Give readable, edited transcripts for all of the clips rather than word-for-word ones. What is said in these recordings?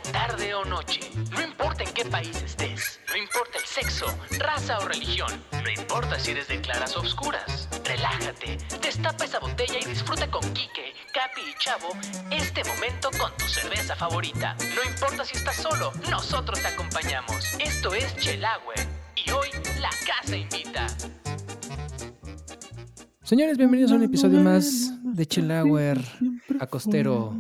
tarde o noche, no importa en qué país estés, no importa el sexo, raza o religión, no importa si eres de claras o oscuras, relájate, destapa esa botella y disfruta con Quique, Capi y Chavo este momento con tu cerveza favorita. No importa si estás solo, nosotros te acompañamos. Esto es Chelagüe y hoy la casa invita. Señores, bienvenidos a un episodio más de Chelagüe, acostero,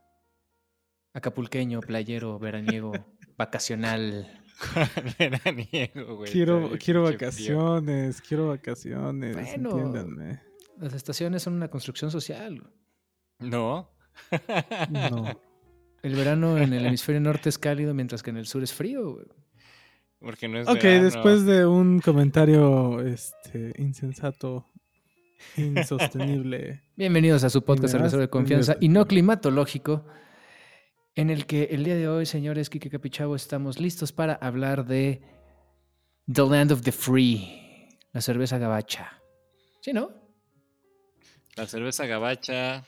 acapulqueño, playero, veraniego, vacacional. Veraniego, güey. Quiero vacaciones, Bueno, entiéndanme. Las estaciones son una construcción social. No. No. El verano en el hemisferio norte es cálido, mientras que en el sur es frío, güey. Porque no es Ok, verano. después de un comentario insensato, insostenible. Bienvenidos a su podcast Verás, cervecero de confianza y no climatológico, en el que el día de hoy, señores, Quique, Capi, Chavo, estamos listos para hablar de The Land of the Free, la cerveza gabacha. ¿Sí, no? La cerveza gabacha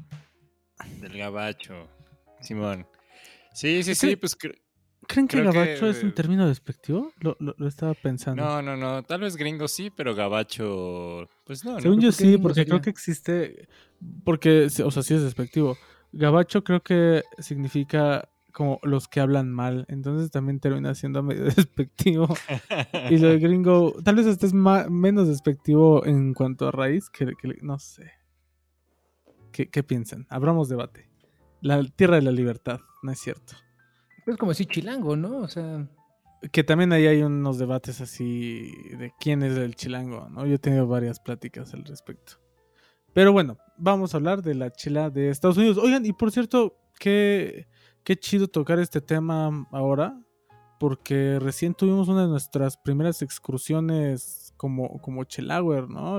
del gabacho. Simón. Sí, pues... ¿Creen que Creo gabacho que- es un término despectivo? Lo estaba pensando. No. Tal vez gringo sí, pero gabacho... Pues no, Según ¿no? yo ¿Por qué sí, gringo porque sería? creo que existe... Porque, o sea, sí es despectivo. Gabacho creo que significa como los que hablan mal. Entonces también termina siendo medio despectivo. Y lo de gringo, tal vez este es menos despectivo en cuanto a raíz no sé. ¿Qué piensan? Abramos debate. La tierra de la libertad, no es cierto. Es como decir chilango, ¿no? O sea, Que también ahí hay unos debates así de quién es el chilango, ¿no? Yo he tenido varias pláticas al respecto. Pero bueno, vamos a hablar de la chela de Estados Unidos. Oigan, y por cierto, qué chido tocar este tema ahora, porque recién tuvimos una de nuestras primeras excursiones como Chelauer, ¿no?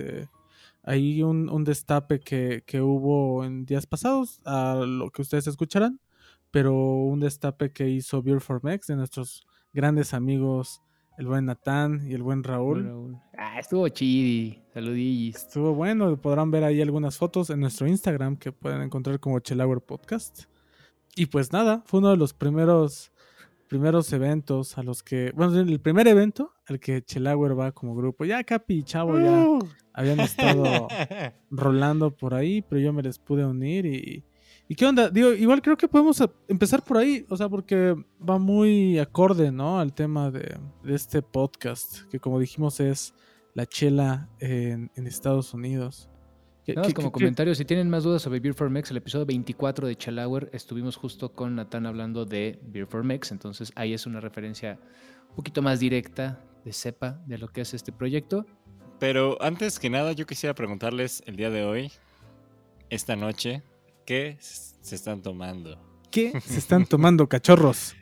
Ahí un destape que hubo en días pasados, a lo que ustedes escucharán, pero un destape que hizo Beer for Mex de nuestros grandes amigos, el buen Natán y el buen Raúl. estuvo chidi. Saludillis. Estuvo bueno, podrán ver ahí algunas fotos en nuestro Instagram que pueden encontrar como Chelauer Podcast. Y pues nada, fue uno de los primeros eventos a los que... Bueno, el primer evento al que Chelauer va como grupo. Ya Capi y Chavo ya habían estado rolando por ahí, pero yo me les pude unir ¿Y qué onda? Digo, igual creo que podemos empezar por ahí, o sea, porque va muy acorde, ¿no? Al tema de este podcast, que como dijimos es la chela en Estados Unidos. Nada más como comentario, si tienen más dudas sobre Beer for Mex, el episodio 24 de Chelauer, estuvimos justo con Natán hablando de Beer for Mex, entonces ahí es una referencia un poquito más directa de cepa de lo que es este proyecto. Pero antes que nada, yo quisiera preguntarles el día de hoy, esta noche, ¿qué se están tomando? ¿Qué se están tomando, cachorros?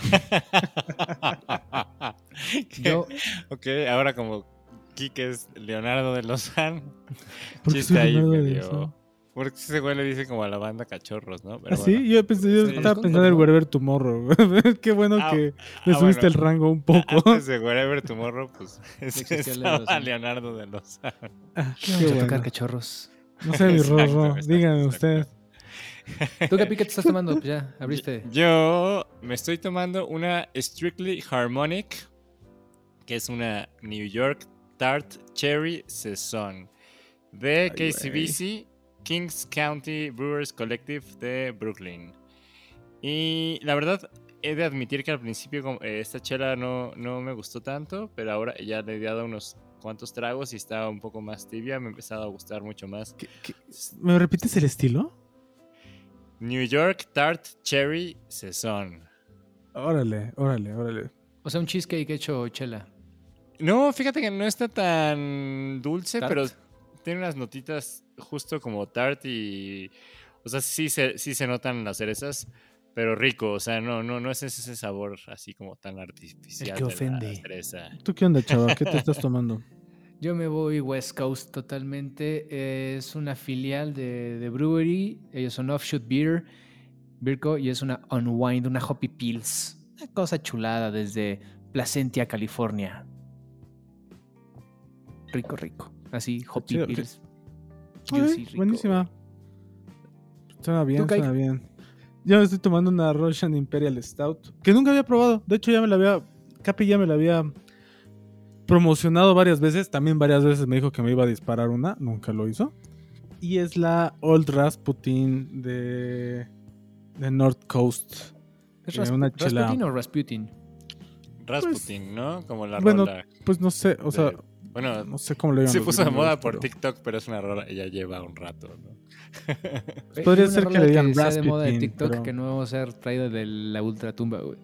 Yo, Ok, ahora como Quique es Leonardo de Lozán, ¿Por qué chiste soy ahí Leonardo de medio... Lozán? Porque ese güey le dice como a la banda cachorros, ¿no? Pero ¿Ah, sí? bueno. Yo Sí. estaba pensando en el Wherever Tomorrow. Qué bueno que me subiste el rango un poco. Antes de Wherever Tomorrow, pues existía estaba Lozán. Leonardo de Lozán. Ah, ¿qué qué vamos a tocar, bueno. cachorros? No sé, mi Exacto, Rorro. exacto, Díganme exacto. ustedes. ¿Tú, Capi, qué te estás tomando? Pues ya, abriste. Yo me estoy tomando una Strictly Harmonic, que es una New York Tart Cherry Saison de Ay, KCBC, Kings County Brewers Collective de Brooklyn. Y la verdad, he de admitir que al principio esta chela no me gustó tanto, pero ahora ya le he dado unos cuantos tragos y está un poco más tibia, me ha empezado a gustar mucho más. ¿Me repites el estilo? New York Tart Cherry Saison. Órale. O sea, un cheesecake hecho chela. No, fíjate que no está tan dulce, ¿Tart? pero tiene unas notitas justo como tart y... O sea, sí se notan las cerezas, pero rico. O sea, no es ese sabor así como tan artificial El que de ofende. la cereza. ¿Tú qué onda, chava? ¿Qué te estás tomando? Yo me voy West Coast totalmente. Es una filial de Brewery. Ellos son Offshoot Beer, Beerco, y es una Unwind, una Hoppy Pills. Una cosa chulada desde Placentia, California. Rico. Así, Hoppy chido. Pills. Ok, Juicy, rico. buenísima. Suena bien, ¿Tú, Kai? suena bien. Yo me estoy tomando una Russian Imperial Stout, que nunca había probado. De hecho, Capi ya me la había promocionado varias veces. También varias veces me dijo que me iba a disparar una. Nunca lo hizo. Y es la Old Rasputin de North Coast. ¿Es Una chela. Rasputin o Rasputin? Rasputin, ¿no? Como la Bueno, rola. pues no sé, o sea, Bueno, no sé cómo lo llaman. se los puso de gringos, moda por pero TikTok, pero es una rola y ya lleva un rato, ¿no? Podría Una ser que rola le digan sea de moda de Rasputin, TikTok pero- que no vamos a ser traída de la ultratumba, güey.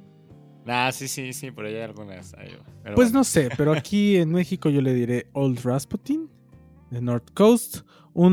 Sí, por ahí hay algunas. Pero Pues bueno. no sé, pero aquí en México yo le diré Old Rasputin de North Coast.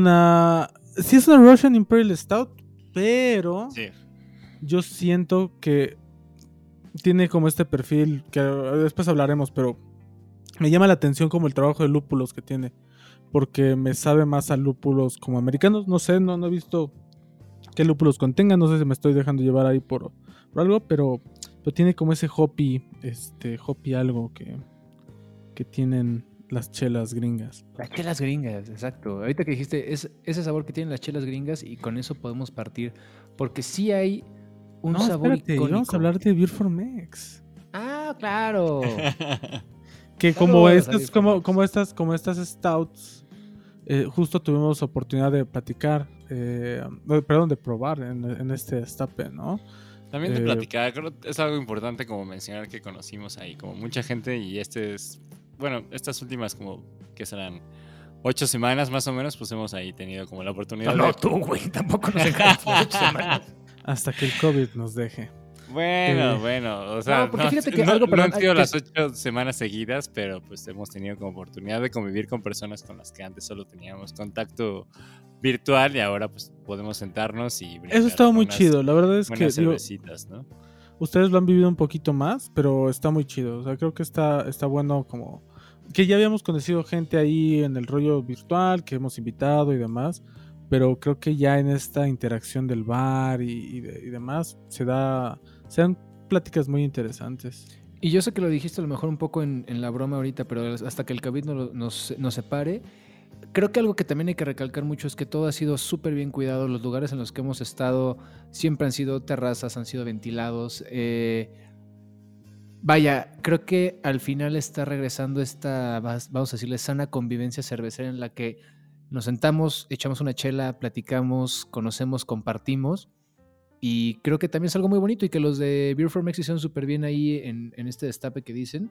Sí es una Russian Imperial Stout, pero Sí. yo siento que tiene como este perfil que después hablaremos, pero me llama la atención como el trabajo de lúpulos que tiene, porque me sabe más a lúpulos como americanos. No sé, no he visto qué lúpulos contengan, no sé si me estoy dejando llevar ahí por algo, pero tiene como ese hoppy algo que tienen las chelas gringas. Las chelas gringas, exacto. Ahorita que dijiste, es ese sabor que tienen las chelas gringas y con eso podemos partir. Porque sí hay un No, sabor espérate, icónico. íbamos a hablar de Beer for Mex. Ah, claro. Que Saludos a Beer for como Mex. estas stouts, justo tuvimos oportunidad de platicar, perdón, de probar en este destape, ¿no? También de platicar, creo que es algo importante como mencionar que conocimos ahí, como mucha gente y estas últimas como que serán 8 semanas más o menos, pues hemos ahí tenido como la oportunidad No, de... tú, güey, tampoco nos encantó 8 semanas. Hasta que el COVID nos deje. Bueno, o sea, No, porque fíjate que no algo, perdón, han sido que las 8 semanas seguidas, pero pues hemos tenido como oportunidad de convivir con personas con las que antes solo teníamos contacto virtual y ahora pues podemos sentarnos y brindar Eso estaba muy unas chido, la verdad es que buenas digo, cervecitas, ¿no? ustedes lo han vivido un poquito más, pero está muy chido. O sea, creo que está bueno como que ya habíamos conocido gente ahí en el rollo virtual, que hemos invitado y demás, pero creo que ya en esta interacción del bar y demás se dan pláticas muy interesantes. Y yo sé que lo dijiste a lo mejor un poco en la broma ahorita, pero hasta que el COVID nos separe, creo que algo que también hay que recalcar mucho es que todo ha sido súper bien cuidado. Los lugares en los que hemos estado siempre han sido terrazas, han sido ventilados. Vaya, creo que al final está regresando esta, vamos a decirle, sana convivencia cervecera en la que nos sentamos, echamos una chela, platicamos, conocemos, compartimos. Y creo que también es algo muy bonito y que los de Beer for Mex hicieron súper bien ahí en este destape que dicen.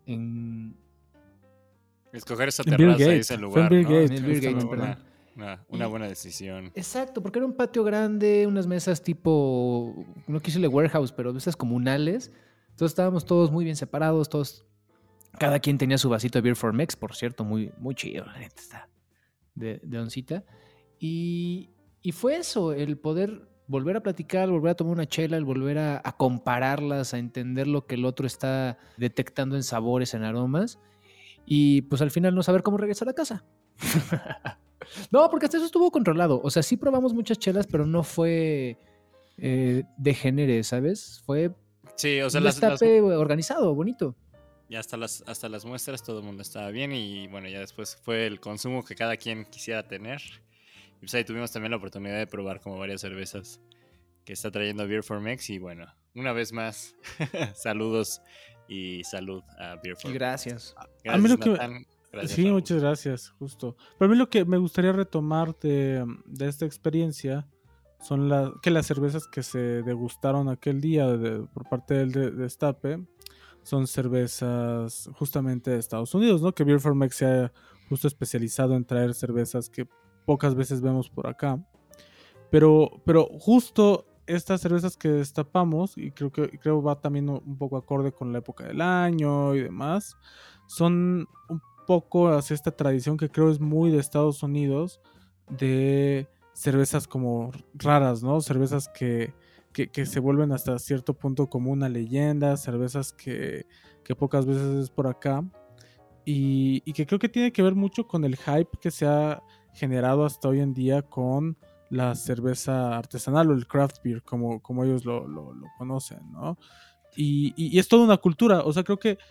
Escoger esa En Bill terraza y Gates, ese fue lugar, en Bill ¿no? Gates, En el Beer Fue Gates, perdón. una Y- buena decisión. Exacto, porque era un patio grande, unas mesas tipo, no quise decirle warehouse, pero esas comunales. Entonces estábamos todos muy bien separados, cada quien tenía su vasito de Beer for Mex, por cierto, muy, muy chido, la neta está de oncita. Y fue eso, el poder volver a platicar, volver a tomar una chela, el volver a compararlas, a entender lo que el otro está detectando en sabores, en aromas. Y pues al final no saber cómo regresar a casa. No, porque hasta eso estuvo controlado. O sea, sí probamos muchas chelas, pero no fue degenere, ¿sabes? Fue Sí, o sea, un destape organizado, bonito. y hasta las muestras todo el mundo estaba bien y bueno, ya después fue el consumo que cada quien quisiera tener. Y pues ahí tuvimos también la oportunidad de probar como varias cervezas que está trayendo Beer for Mex y bueno, una vez más, saludos y salud a Beer for Y Mex. gracias. A mí lo que- Nathan. Gracias, Sí, Raúl. muchas gracias, justo. Para mí lo que me gustaría retomar de esta experiencia son las cervezas que se degustaron aquel día por parte del destape. Son cervezas justamente de Estados Unidos, ¿no? Que Beer for Mex se ha justo especializado en traer cervezas que pocas veces vemos por acá. Pero justo estas cervezas que destapamos, y creo va también un poco acorde con la época del año y demás, son un poco hacia esta tradición que creo es muy de Estados Unidos, de cervezas como raras, ¿no? Cervezas que se vuelven hasta cierto punto como una leyenda, cervezas que pocas veces es por acá, y que creo que tiene que ver mucho con el hype que se ha generado hasta hoy en día con la cerveza artesanal o el craft beer, como ellos lo conocen, ¿no? Y es toda una cultura, o sea, creo que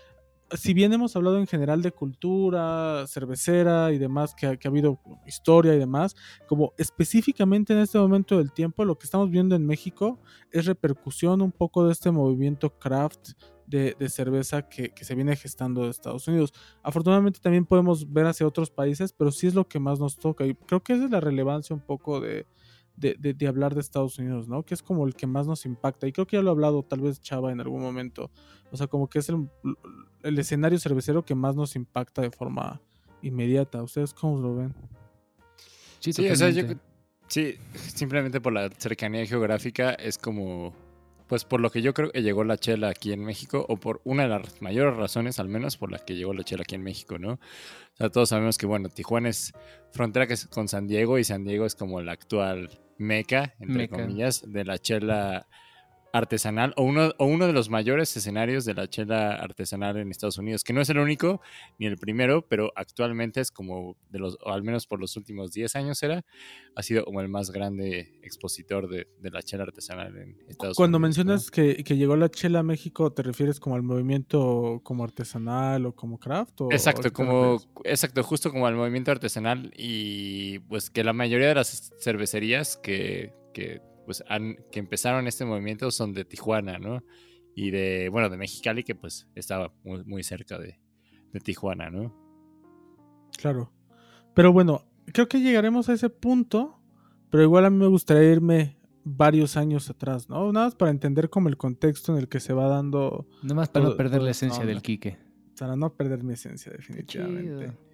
si bien hemos hablado en general de cultura cervecera y demás, que ha habido historia y demás, como específicamente en este momento del tiempo, lo que estamos viendo en México es repercusión un poco de este movimiento craft de cerveza que se viene gestando de Estados Unidos. Afortunadamente también podemos ver hacia otros países, pero sí es lo que más nos toca. Y creo que esa es la relevancia un poco de hablar de Estados Unidos, ¿no? Que es como el que más nos impacta. Y creo que ya lo ha hablado tal vez Chava en algún momento. O sea, como que es el escenario cervecero que más nos impacta de forma inmediata. ¿Ustedes cómo lo ven? Sí, Sí, o sea, totalmente. sí, simplemente por la cercanía geográfica es como, pues por lo que yo creo que llegó la chela aquí en México, o por una de las mayores razones al menos por la que llegó la chela aquí en México, ¿no? O sea, todos sabemos que, bueno, Tijuana es frontera con San Diego y San Diego es como la actual meca, entre Meca. comillas, de la chela artesanal o uno de los mayores escenarios de la chela artesanal en Estados Unidos, que no es el único ni el primero, pero actualmente es como o al menos por los últimos 10 años ha sido como el más grande expositor de la chela artesanal en Estados Cuando Unidos, ¿no? mencionas que llegó la chela a México, ¿te refieres como al movimiento como artesanal o como craft? ¿O a qué te refieres? Exacto, justo como al movimiento artesanal y pues que la mayoría de las cervecerías que empezaron este movimiento son de Tijuana, ¿no? Y de Mexicali, que pues estaba muy, muy cerca de Tijuana, ¿no? Claro. Pero bueno, creo que llegaremos a ese punto, pero igual a mí me gustaría irme varios años atrás, ¿no? Nada más para entender como el contexto en el que se va dando Nomás para no perder toda la esta esencia del onda. Quique. Para no perder mi esencia, Qué definitivamente. chido.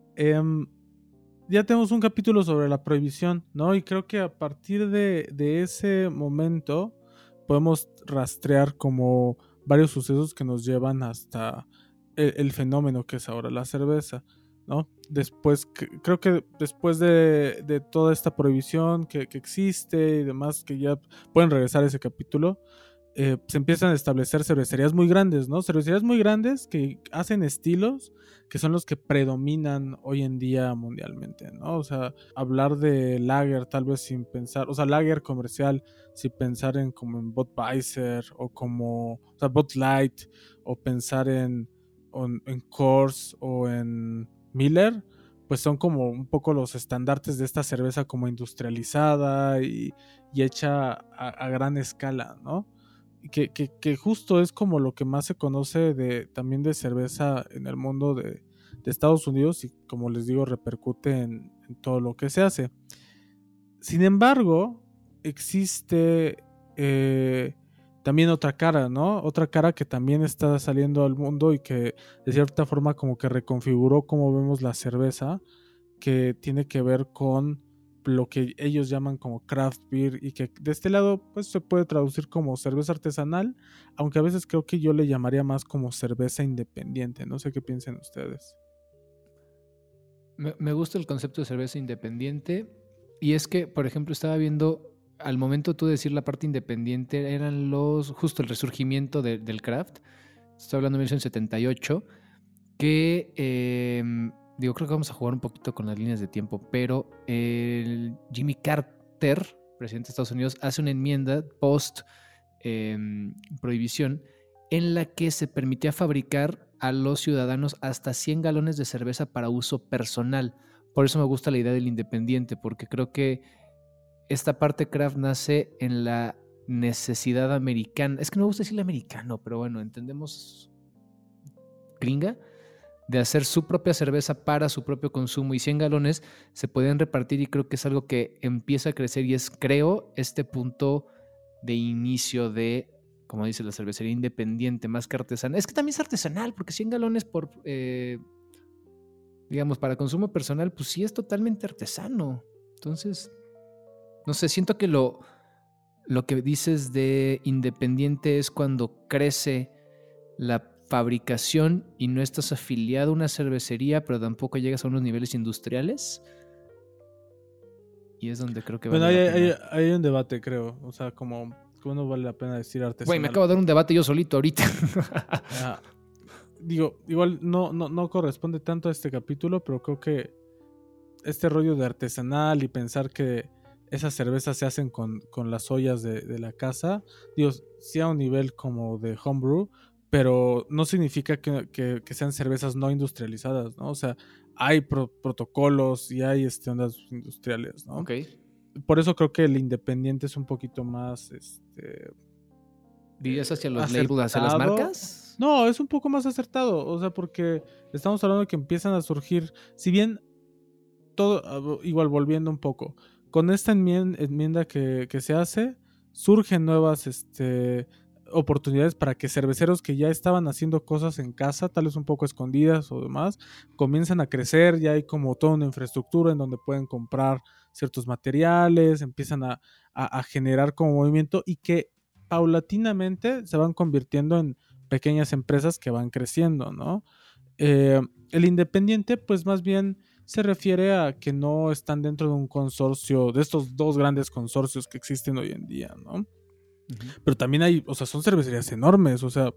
Ya tenemos un capítulo sobre la prohibición, ¿no? Y creo que a partir de ese momento podemos rastrear como varios sucesos que nos llevan hasta el fenómeno que es ahora la cerveza, ¿no? Después, creo que después de toda esta prohibición que existe y demás, que ya pueden regresar a ese capítulo, se empiezan a establecer cervecerías muy grandes, ¿no? Cervecerías muy grandes que hacen estilos que son los que predominan hoy en día mundialmente, ¿no? O sea, hablar de lager tal vez sin pensar, o sea, lager comercial sin pensar en como en Budweiser o sea, Bud Light o pensar en Coors o en Miller, pues son como un poco los estandartes de esta cerveza como industrializada y hecha a gran escala, ¿no? Que justo es como lo que más se conoce también de cerveza en el mundo de Estados Unidos y como les digo repercute en todo lo que se hace. Sin embargo, existe también otra cara, ¿no? Otra cara que también está saliendo al mundo y que de cierta forma como que reconfiguró cómo vemos la cerveza, que tiene que ver con lo que ellos llaman como craft beer y que de este lado pues se puede traducir como cerveza artesanal, aunque a veces creo que yo le llamaría más como cerveza independiente. No sé qué piensen ustedes. Me gusta el concepto de cerveza independiente. Y es que, por ejemplo, estaba viendo, al momento tú decir la parte independiente, eran justo el resurgimiento del craft. Estoy hablando de 1978, que, digo, creo que vamos a jugar un poquito con las líneas de tiempo, pero el Jimmy Carter, presidente de Estados Unidos, hace una enmienda post prohibición en la que se permitía fabricar a los ciudadanos hasta 100 galones de cerveza para uso personal. Por eso me gusta la idea del independiente, porque creo que esta parte craft nace en la necesidad americana. Es que no me gusta decirle americano, pero bueno, entendemos gringa, de hacer su propia cerveza para su propio consumo y 100 galones se pueden repartir y creo que es algo que empieza a crecer y es, creo, este punto de inicio de, como dice la cervecería independiente, más que artesanal. Es que también es artesanal, porque 100 galones por, digamos, para consumo personal, pues sí es totalmente artesano. Entonces, no sé, siento que lo que dices de independiente es cuando crece la fabricación y no estás afiliado a una cervecería, pero tampoco llegas a unos niveles industriales. Y es donde creo que Bueno, vale la pena. hay un debate, creo. O sea, como no vale la pena decir Güey, me artesanal. acabo de dar un debate yo solito ahorita. Digo, igual no corresponde tanto a este capítulo, pero creo que este rollo de artesanal y pensar que esas cervezas se hacen con las ollas de la casa, digo, sí a un nivel como de homebrew, pero no significa que sean cervezas no industrializadas, ¿no? O sea, hay protocolos y hay ondas industriales, ¿no? Ok. Por eso creo que el independiente es un poquito más ¿Dirías hacia los acertado. labels, hacia las marcas? No, es un poco más acertado, o sea, porque estamos hablando de que empiezan a surgir, si bien todo, igual volviendo un poco, con esta enmienda que se hace, surgen nuevas oportunidades para que cerveceros que ya estaban haciendo cosas en casa, tal vez un poco escondidas o demás, comienzan a crecer, ya hay como toda una infraestructura en donde pueden comprar ciertos materiales, empiezan a generar como movimiento y que paulatinamente se van convirtiendo en pequeñas empresas que van creciendo, ¿no? El independiente, pues más bien se refiere a que no están dentro de un consorcio, de estos dos grandes consorcios que existen hoy en día, ¿no? Ujú. Pero también hay, o sea, son cervecerías enormes, o sea,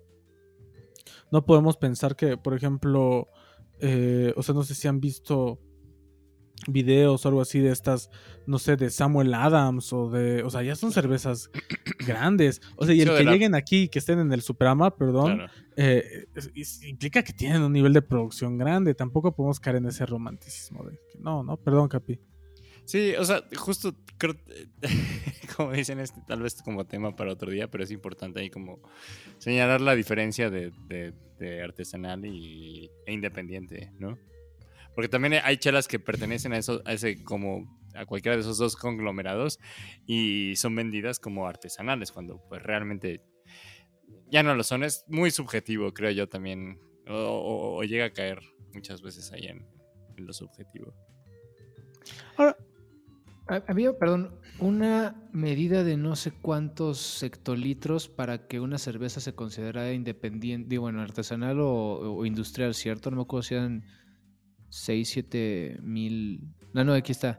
no podemos pensar que, por ejemplo, o sea, no sé si han visto videos o algo así de estas, no sé, de Samuel Adams o sea, ya son cervezas grandes. O sea, y Sí, el o que lleguen aquí, que estén en el Superama, perdón, Claro. implica que tienen un nivel de producción grande. Tampoco podemos caer en ese romanticismo de que no, perdón, Capi. Sí, o sea, justo creo, como dicen, tal vez como tema para otro día, pero es importante ahí como señalar la diferencia de artesanal e independiente, ¿no? Porque también hay chelas que pertenecen a eso, a ese como a cualquiera de esos dos conglomerados y son vendidas como artesanales cuando pues realmente ya no lo son. Es muy subjetivo, creo yo también, o llega a caer muchas veces ahí en lo subjetivo. Ahora, Había, perdón, una medida de no sé cuántos hectolitros para que una cerveza se considerara independiente, digo, bueno, artesanal o industrial, ¿cierto? No me acuerdo si eran 6, 7 mil. No, aquí está.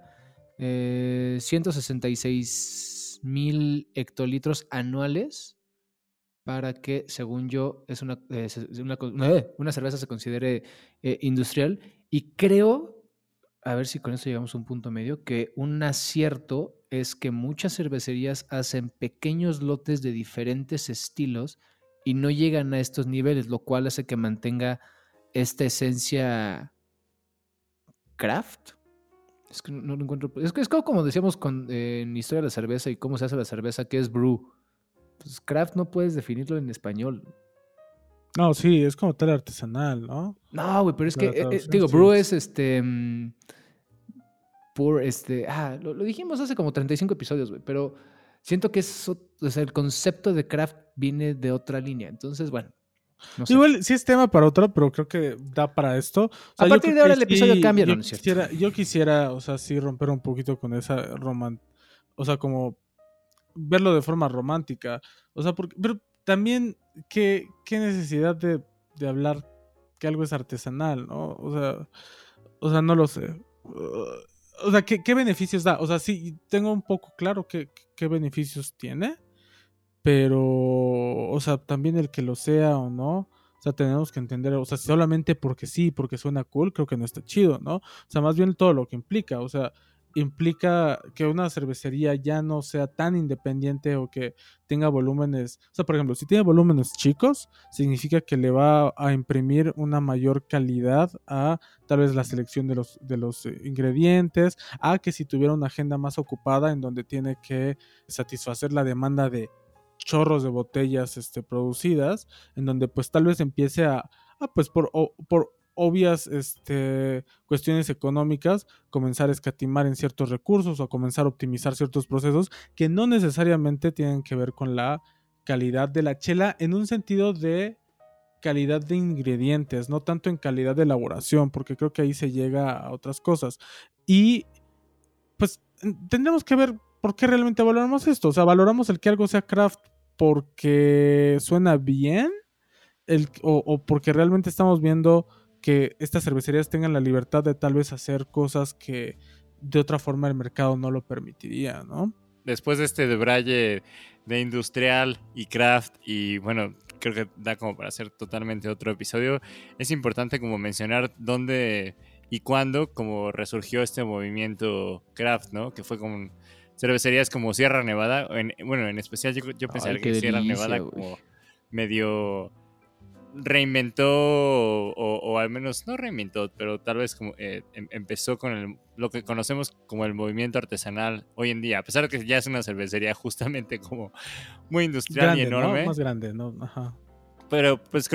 166,000 hectolitros anuales para que, según yo, es una cerveza se considere industrial. Y creo, a ver si con eso llegamos a un punto medio, que un acierto es que muchas cervecerías hacen pequeños lotes de diferentes estilos y no llegan a estos niveles, lo cual hace que mantenga esta esencia craft. Es que no lo encuentro. Es que es como decíamos en Historia de la Cerveza y cómo se hace la cerveza, que es brew. Pues craft no puedes definirlo en español. no, sí, es como tal artesanal, ¿no? No, güey, pero O es sea, que, la traducción digo, sí brew es. es lo dijimos hace como 35 episodios, güey, pero siento que o sea, el concepto de craft viene de otra línea. Entonces, bueno, no sé. Igual sí es tema para otra, pero creo que da para esto. O A sea, yo partir creo de ahora que el episodio sí, cambia, ¿no? ¿No es cierto? yo quisiera, o sea, sí romper un poquito con esa o sea, como verlo de forma romántica. O sea, pero también, ¿qué necesidad de hablar que algo es artesanal, ¿no? O sea, no lo sé. O sea, ¿qué beneficios da? O sea, sí, tengo un poco claro qué beneficios tiene, pero, o sea, también el que lo sea o no, o sea, tenemos que entender, o sea, solamente porque sí, porque suena cool, creo que no está chido, ¿no? O sea, más bien todo lo que implica, o sea, implica que una cervecería ya no sea tan independiente o que tenga volúmenes, o sea, por ejemplo, si tiene volúmenes chicos, significa que le va a imprimir una mayor calidad a tal vez la selección de los ingredientes, a que si tuviera una agenda más ocupada en donde tiene que satisfacer la demanda de chorros de botellas producidas, en donde pues tal vez empiece pues por obvias cuestiones económicas, comenzar a escatimar en ciertos recursos o comenzar a optimizar ciertos procesos que no necesariamente tienen que ver con la calidad de la chela en un sentido de calidad de ingredientes, no tanto en calidad de elaboración, porque creo que ahí se llega a otras cosas. Y pues tendremos que ver por qué realmente valoramos esto. O sea, valoramos el que algo sea craft porque suena bien o porque realmente estamos viendo que estas cervecerías tengan la libertad de tal vez hacer cosas que de otra forma el mercado no lo permitiría, ¿no? Después de este debraye de industrial y craft y bueno, creo que da como para hacer totalmente otro episodio, es importante como mencionar dónde y cuándo como resurgió este movimiento craft, ¿no? Que fue con cervecerías como Sierra Nevada, bueno, en especial yo pensaría Ay, qué que Sierra delicia, Nevada güey. como medio reinventó, o al menos no reinventó, pero tal vez como empezó con lo que conocemos como el movimiento artesanal hoy en día, a pesar de que ya es una cervecería justamente como muy industrial Grande, y enorme. ¿no? Más grande, ¿no? Ajá. Pero pues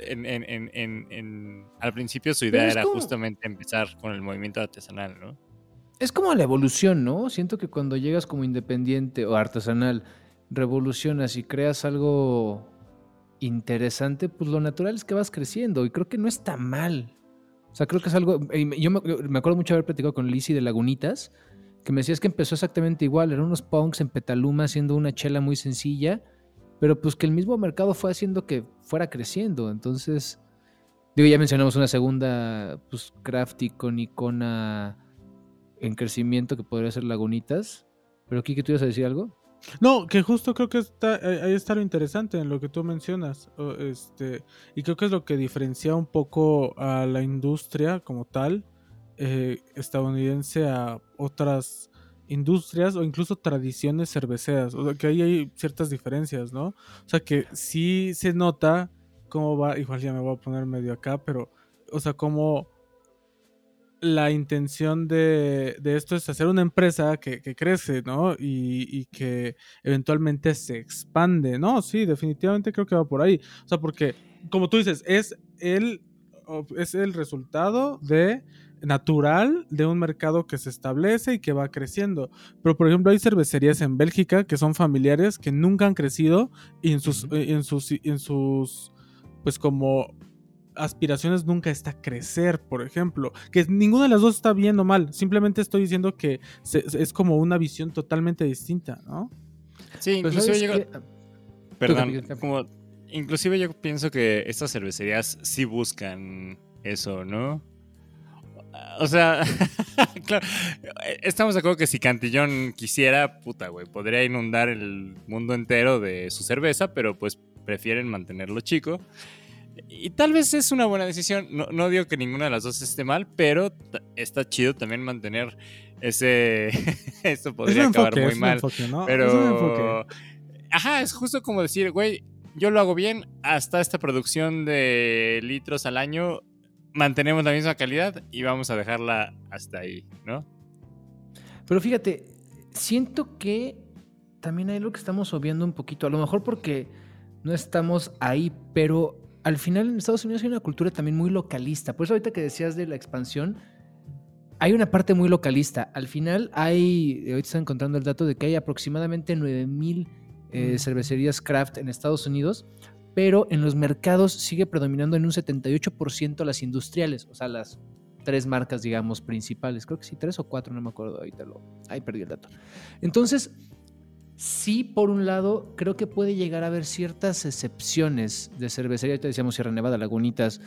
al principio su idea era como... justamente empezar con el movimiento artesanal, ¿no? Es como la evolución, ¿no? Siento que cuando llegas como independiente o artesanal, revolucionas y creas algo interesante, pues lo natural es que vas creciendo y creo que no está mal. O sea, creo que es algo... Yo me acuerdo mucho haber platicado con Lizzy de Lagunitas, que me decías que empezó exactamente igual, eran unos punks en Petaluma haciendo una chela muy sencilla, pero pues que el mismo mercado fue haciendo que fuera creciendo. Entonces, digo, ya mencionamos una segunda, pues, craft icona en crecimiento que podría ser Lagunitas. Pero Kike, ¿tú ibas a decir algo? No, que justo creo que ahí está lo interesante en lo que tú mencionas. Y creo que es lo que diferencia un poco a la industria como tal, estadounidense, a otras industrias o incluso tradiciones cerveceras. O sea, que ahí hay ciertas diferencias, ¿no? O sea, que sí se nota cómo va, igual ya me voy a poner medio acá, pero, o sea, cómo la intención de esto es hacer una empresa que crece, ¿no? Y que eventualmente se expande, ¿no? Sí, definitivamente creo que va por ahí. O sea, porque, como tú dices, es el resultado natural de un mercado que se establece y que va creciendo. Pero, por ejemplo, hay cervecerías en Bélgica que son familiares, que nunca han crecido y en sus pues como aspiraciones nunca está crecer, por ejemplo. Que ninguna de las dos está bien o mal. Simplemente estoy diciendo que es como una visión totalmente distinta, ¿no? Sí, Pues, inclusive ¿sabes qué? Perdón, como inclusive yo pienso que estas cervecerías sí buscan eso, ¿no? O sea, claro, estamos de acuerdo que si Cantillón quisiera, puta, güey, podría inundar el mundo entero de su cerveza, pero pues prefieren mantenerlo chico. Y tal vez es una buena decisión. No digo que ninguna de las dos esté mal, pero está chido también mantener ese... Esto podría acabar muy mal. Enfoque, ¿no? Pero... Es un enfoque. Ajá, es justo como decir, güey, yo lo hago bien, hasta esta producción de litros al año mantenemos la misma calidad y vamos a dejarla hasta ahí, ¿no? Pero fíjate, siento que también hay lo que estamos obviando un poquito, a lo mejor porque no estamos ahí, pero al final en Estados Unidos hay una cultura también muy localista. Por eso ahorita que decías de la expansión, hay una parte muy localista. Al final ahorita estoy encontrando el dato de que hay aproximadamente 9,000 cervecerías craft en Estados Unidos, pero en los mercados sigue predominando en un 78% las industriales, o sea, las 3 marcas, digamos, principales. Creo que sí, 3 o 4, no me acuerdo, ahí perdí el dato. Entonces, sí, por un lado, creo que puede llegar a haber ciertas excepciones de cervecería, ahorita decíamos Sierra Nevada, Lagunitas,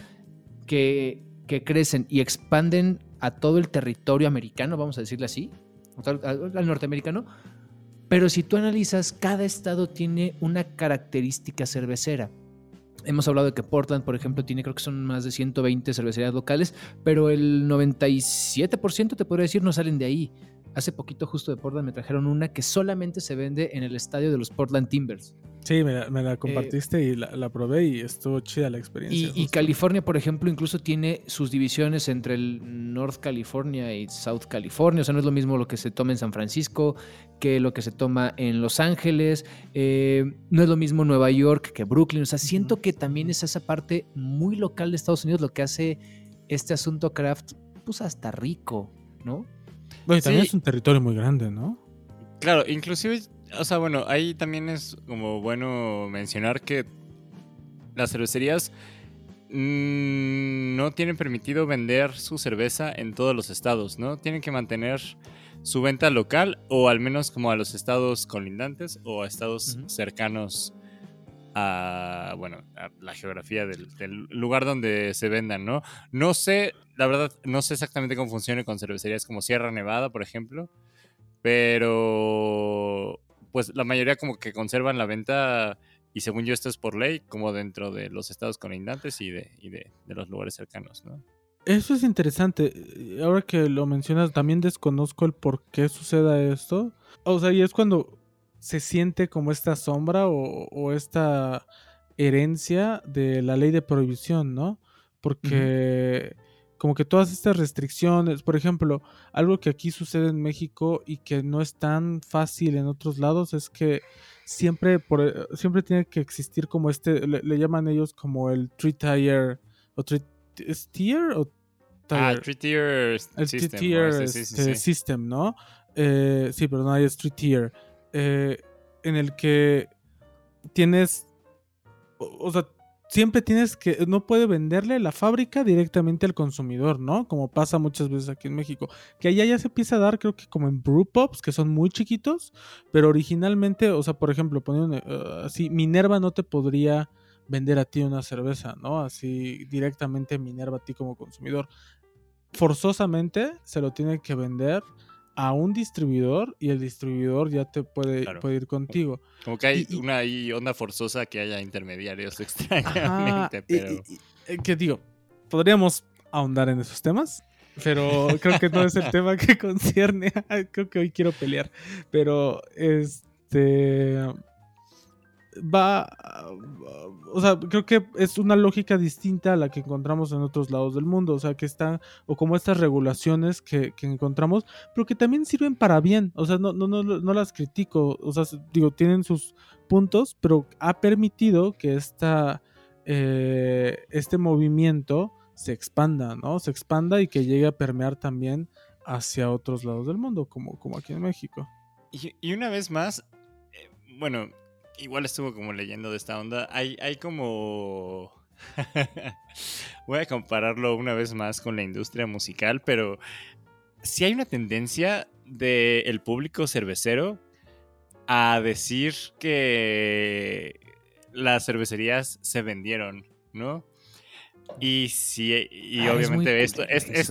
que crecen y expanden a todo el territorio americano, vamos a decirle así, al norteamericano, pero si tú analizas, cada estado tiene una característica cervecera. Hemos hablado de que Portland, por ejemplo, tiene, creo que son más de 120 cervecerías locales, pero el 97% te podría decir no salen de ahí. Hace poquito justo de Portland me trajeron una que solamente se vende en el estadio de los Portland Timbers. Sí, me la compartiste y la probé y estuvo chida la experiencia. Y California, por ejemplo, incluso tiene sus divisiones entre el North California y South California. O sea, no es lo mismo lo que se toma en San Francisco que lo que se toma en Los Ángeles. No es lo mismo Nueva York que Brooklyn. O sea, siento que también es esa parte muy local de Estados Unidos lo que hace este asunto craft, pues hasta rico, ¿no? Bueno, y también es un territorio muy grande, ¿no? Claro, inclusive, o sea, bueno, ahí también es como bueno mencionar que las cervecerías no tienen permitido vender su cerveza en todos los estados, ¿no? Tienen que mantener su venta local o al menos como a los estados colindantes o a estados cercanos a, bueno, a la geografía del lugar donde se vendan, ¿no? No sé, la verdad, no sé exactamente cómo funcione con cervecerías como Sierra Nevada, por ejemplo, pero pues la mayoría como que conservan la venta y según yo esto es por ley, como dentro de los estados colindantes y de los lugares cercanos, ¿no? Eso es interesante. Ahora que lo mencionas, también desconozco el por qué suceda esto. O sea, y es cuando se siente como esta sombra o esta herencia de la ley de prohibición, ¿no? Porque como que todas estas restricciones, por ejemplo, algo que aquí sucede en México y que no es tan fácil en otros lados es que siempre tiene que existir como le llaman ellos como el three-tier, ¿es tier o tier? Three-tier El system. three-tier Sí. system, ¿no? Sí, pero no hay three-tier. En el que tienes, o sea, siempre tienes que, no puede venderle la fábrica directamente al consumidor, ¿no? Como pasa muchas veces aquí en México. Que allá ya se empieza a dar, creo que como en brew pubs, que son muy chiquitos, pero originalmente, o sea, por ejemplo, poniendo así, Minerva no te podría vender a ti una cerveza, ¿no? Así directamente Minerva a ti como consumidor. Forzosamente se lo tiene que vender a un distribuidor y el distribuidor ya te puede ir contigo. Como que hay una onda forzosa que haya intermediarios extrañamente, ajá, pero... que digo, podríamos ahondar en esos temas, pero creo que no es el tema que concierne. Creo que hoy quiero pelear, pero o sea, creo que es una lógica distinta a la que encontramos en otros lados del mundo, o sea, que están, o como estas regulaciones que encontramos, pero que también sirven para bien, o sea, no las critico, o sea, digo, tienen sus puntos, pero ha permitido que este movimiento se expanda, ¿no? Se expanda y que llegue a permear también hacia otros lados del mundo, como aquí en México. Y una vez más, bueno, igual estuvo como leyendo de esta onda. Hay como... Voy a compararlo una vez más con la industria musical, pero sí hay una tendencia del público cervecero a decir que las cervecerías se vendieron, ¿no? Y sí, y obviamente esto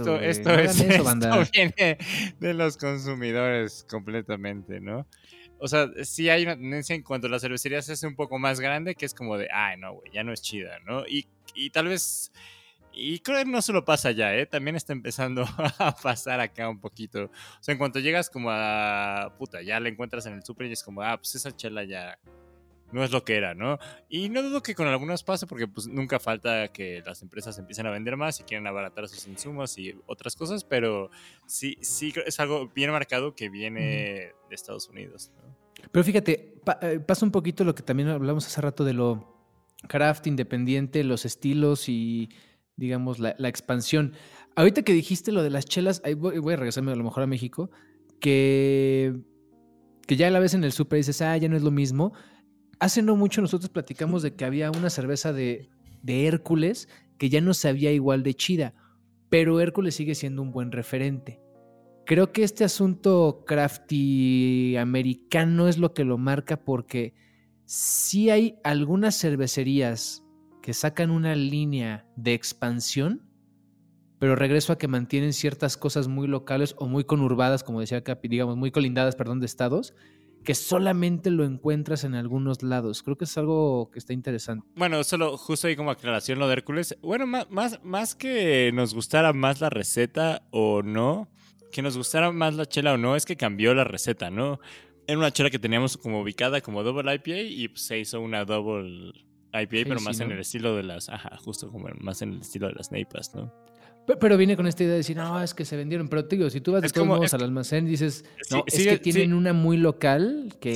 viene de los consumidores completamente, ¿no? O sea, sí hay una tendencia en cuanto a la cervecería se hace un poco más grande, que es como de, ay, no, güey, ya no es chida, ¿no? Y tal vez, y creo que no solo pasa allá, ¿eh? También está empezando a pasar acá un poquito. O sea, en cuanto llegas como a, puta, ya la encuentras en el súper y es como, pues esa chela ya no es lo que era, ¿no? Y no dudo que con algunos pase porque pues nunca falta que las empresas empiecen a vender más y quieren abaratar sus insumos y otras cosas, pero sí es algo bien marcado que viene de Estados Unidos, ¿no? Pero fíjate, pasa un poquito lo que también hablamos hace rato de lo craft independiente, los estilos y, digamos, la expansión. Ahorita que dijiste lo de las chelas, ahí voy a regresarme a lo mejor a México, que ya la ves en el súper y dices, ya no es lo mismo. Hace no mucho nosotros platicamos de que había una cerveza de Hércules que ya no sabía igual de chida, pero Hércules sigue siendo un buen referente. Creo que este asunto crafty americano es lo que lo marca porque sí hay algunas cervecerías que sacan una línea de expansión, pero regreso a que mantienen ciertas cosas muy locales o muy conurbadas, como decía Capi, digamos, muy colindadas, de estados, que solamente lo encuentras en algunos lados. Creo que es algo que está interesante. Bueno, solo justo ahí como aclaración lo de Hércules. Bueno, más que nos gustara más la receta o no, que nos gustara más la chela o no, es que cambió la receta, ¿no? Era una chela que teníamos como ubicada como Double IPA y pues, se hizo una Double IPA, pero más en el estilo de las... Ajá, justo como más en el estilo de las Neipas, ¿no? Pero viene con esta idea de decir, no, es que se vendieron. Pero te digo, si tú vas de todos modos al almacén y dices, no, es que tienen una muy local que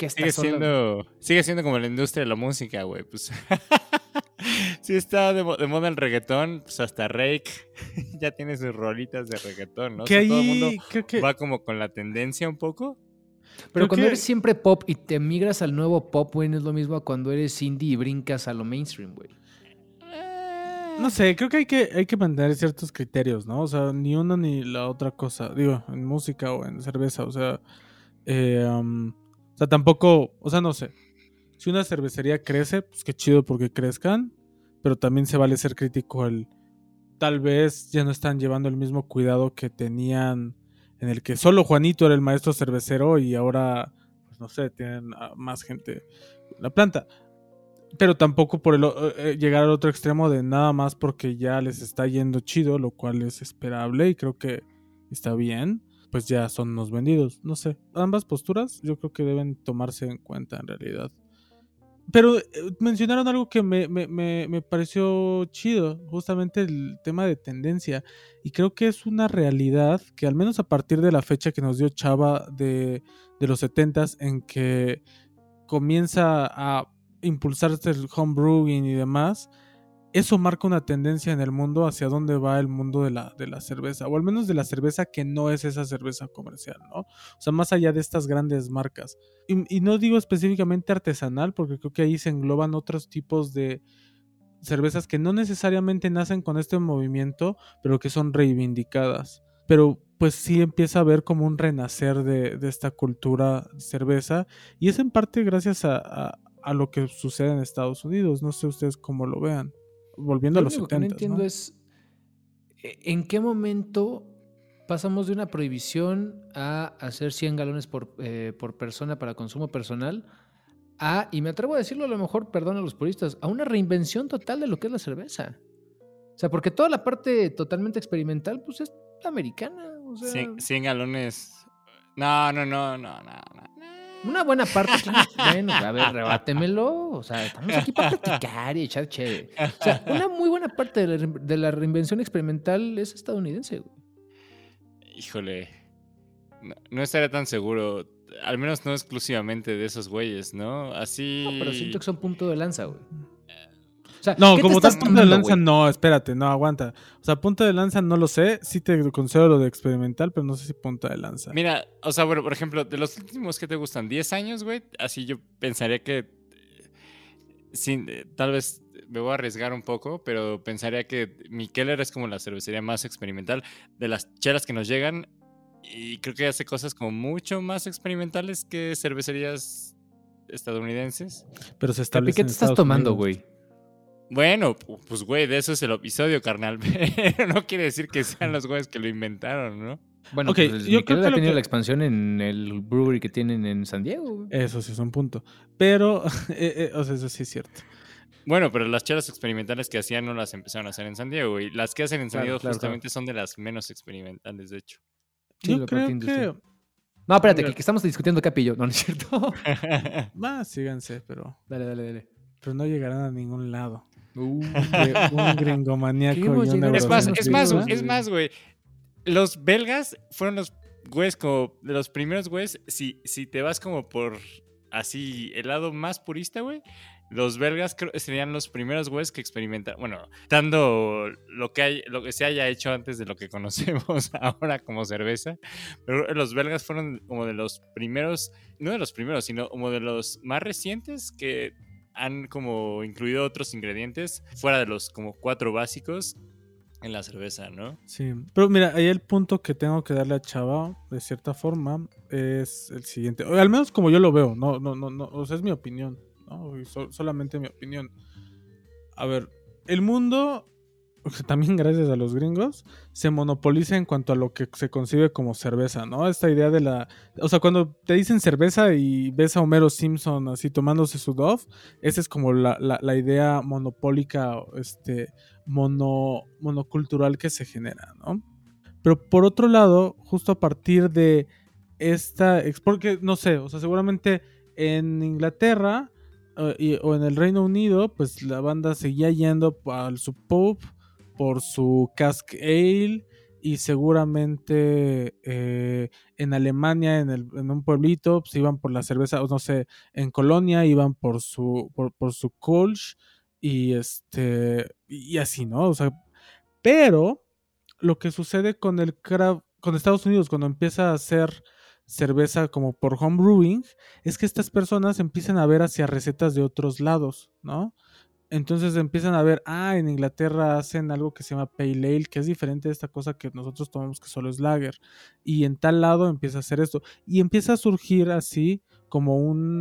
sigue siendo como la industria de la música, güey. Pues sí está de moda el reggaetón, pues hasta Rake ya tiene sus rolitas de reggaetón, ¿no? Que ahí, todo el mundo va como con la tendencia un poco. Pero cuando eres siempre pop y te migras al nuevo pop, güey, no es lo mismo a cuando eres indie y brincas a lo mainstream, güey. No sé, creo que hay que mantener ciertos criterios, ¿no? O sea, ni una ni la otra cosa. Digo, en música o en cerveza, o sea, tampoco, o sea, no sé. Si una cervecería crece, pues qué chido porque crezcan, pero también se vale ser crítico tal vez ya no están llevando el mismo cuidado que tenían en el que solo Juanito era el maestro cervecero y ahora, pues no sé, tienen a más gente en la planta. Pero tampoco por llegar al otro extremo de nada más porque ya les está yendo chido, lo cual es esperable y creo que está bien, pues ya son unos vendidos. No sé, ambas posturas yo creo que deben tomarse en cuenta en realidad. Pero mencionaron algo que me pareció chido, justamente el tema de tendencia. Y creo que es una realidad que al menos a partir de la fecha que nos dio Chava de los 70s, en que comienza a impulsarse el homebrewing y demás, eso marca una tendencia en el mundo hacia dónde va el mundo de la cerveza, o al menos de la cerveza que no es esa cerveza comercial, ¿no? O sea, más allá de estas grandes marcas. Y no digo específicamente artesanal, porque creo que ahí se engloban otros tipos de cervezas que no necesariamente nacen con este movimiento, pero que son reivindicadas. Pero pues sí empieza a haber como un renacer de esta cultura cerveza, y es en parte gracias a lo que sucede en Estados Unidos. No sé ustedes cómo lo vean. Volviendo a Yo lo los único que no 70, entiendo ¿no? es en qué momento pasamos de una prohibición a hacer 100 galones por persona para consumo personal a, y me atrevo a decirlo a lo mejor, perdón a los puristas, a una reinvención total de lo que es la cerveza. O sea, porque toda la parte totalmente experimental, pues es americana. O sea, 100 galones. No, no, no, no, no, no. una buena parte, claro, bueno, a ver, rebátemelo. O sea, estamos aquí para platicar y echar chévere. O sea, una muy buena parte de la reinvención experimental es estadounidense, güey. Híjole. No, no estaría tan seguro. Al menos no exclusivamente de esos güeyes, ¿no? Así. No, pero siento que son punto de lanza, güey. O sea, No, ¿qué te como tal estás punta de tomando, lanza, güey? no, espérate, no, aguanta. O sea, punta de lanza no lo sé, sí te concedo lo de experimental, pero no sé si punta de lanza. Mira, o sea, bueno, por ejemplo, de los últimos que te gustan, 10 años, güey, así yo pensaría que, sin, tal vez me voy a arriesgar un poco, pero pensaría que Mikkeller es como la cervecería más experimental de las chelas que nos llegan, y creo que hace cosas como mucho más experimentales que cervecerías estadounidenses. Pero se Capi, establece ¿qué en te estás Estados tomando, Unidos. güey? Bueno, pues güey, de eso es el episodio, carnal, pero no quiere decir que sean los güeyes que lo inventaron, ¿no? Bueno, Ok, pues yo creo Miquel que ha lo tenido que... la expansión en el brewery que tienen en San Diego, güey. Eso sí es un punto. Pero, o sea, eso sí es cierto. Bueno, pero las chelas experimentales que hacían no las empezaron a hacer en San Diego, y las que hacen en San Claro, Diego claro, justamente son de las menos experimentales, de hecho. Sí, Yo la propia creo industria. que... No, espérate, Mira, que estamos discutiendo Capi y yo. No, no es cierto. más síganse, pero Dale. no llegarán a ningún lado. Uh, Entre un gringomaníaco Queremos y un llegar a Es más, ponernos es más, fríos, es güey. más, güey. Los belgas fueron los güeyes como de los primeros güeyes. Si te vas como por así el lado más purista, güey. Los belgas serían los primeros güeyes que experimentan, bueno, dando lo que se haya hecho antes de lo que conocemos ahora como cerveza. Pero los belgas fueron como de los primeros, no de los primeros, sino como de los más recientes que han como incluido otros ingredientes fuera de los como 4 básicos en la cerveza, ¿no? Sí, pero mira, ahí el punto que tengo que darle a Chava, de cierta forma, es el siguiente. O al menos como yo lo veo, no, o sea, es mi opinión, ¿no? Y solamente mi opinión. A ver, el mundo, o sea, también gracias a los gringos, se monopoliza en cuanto a lo que se concibe como cerveza, ¿no? Esta idea de la... O sea, cuando te dicen cerveza y ves a Homero Simpson así tomándose su Dove, esa es como la idea monopólica, monocultural que se genera, ¿no? Pero por otro lado, justo a partir de esta... Porque, no sé, o sea, seguramente en Inglaterra o en el Reino Unido, pues la banda seguía yendo al su pub por su cask ale, y seguramente en Alemania, en un pueblito, pues iban por la cerveza, o no sé, en Colonia iban por su Kolsch, y así, ¿no? O sea, pero lo que sucede con Estados Unidos cuando empieza a hacer cerveza como por home brewing es que estas personas empiezan a ver hacia recetas de otros lados, ¿no? Entonces empiezan a ver, en Inglaterra hacen algo que se llama Pale Ale, que es diferente de esta cosa que nosotros tomamos que solo es lager. Y en tal lado empieza a hacer esto. Y empieza a surgir así como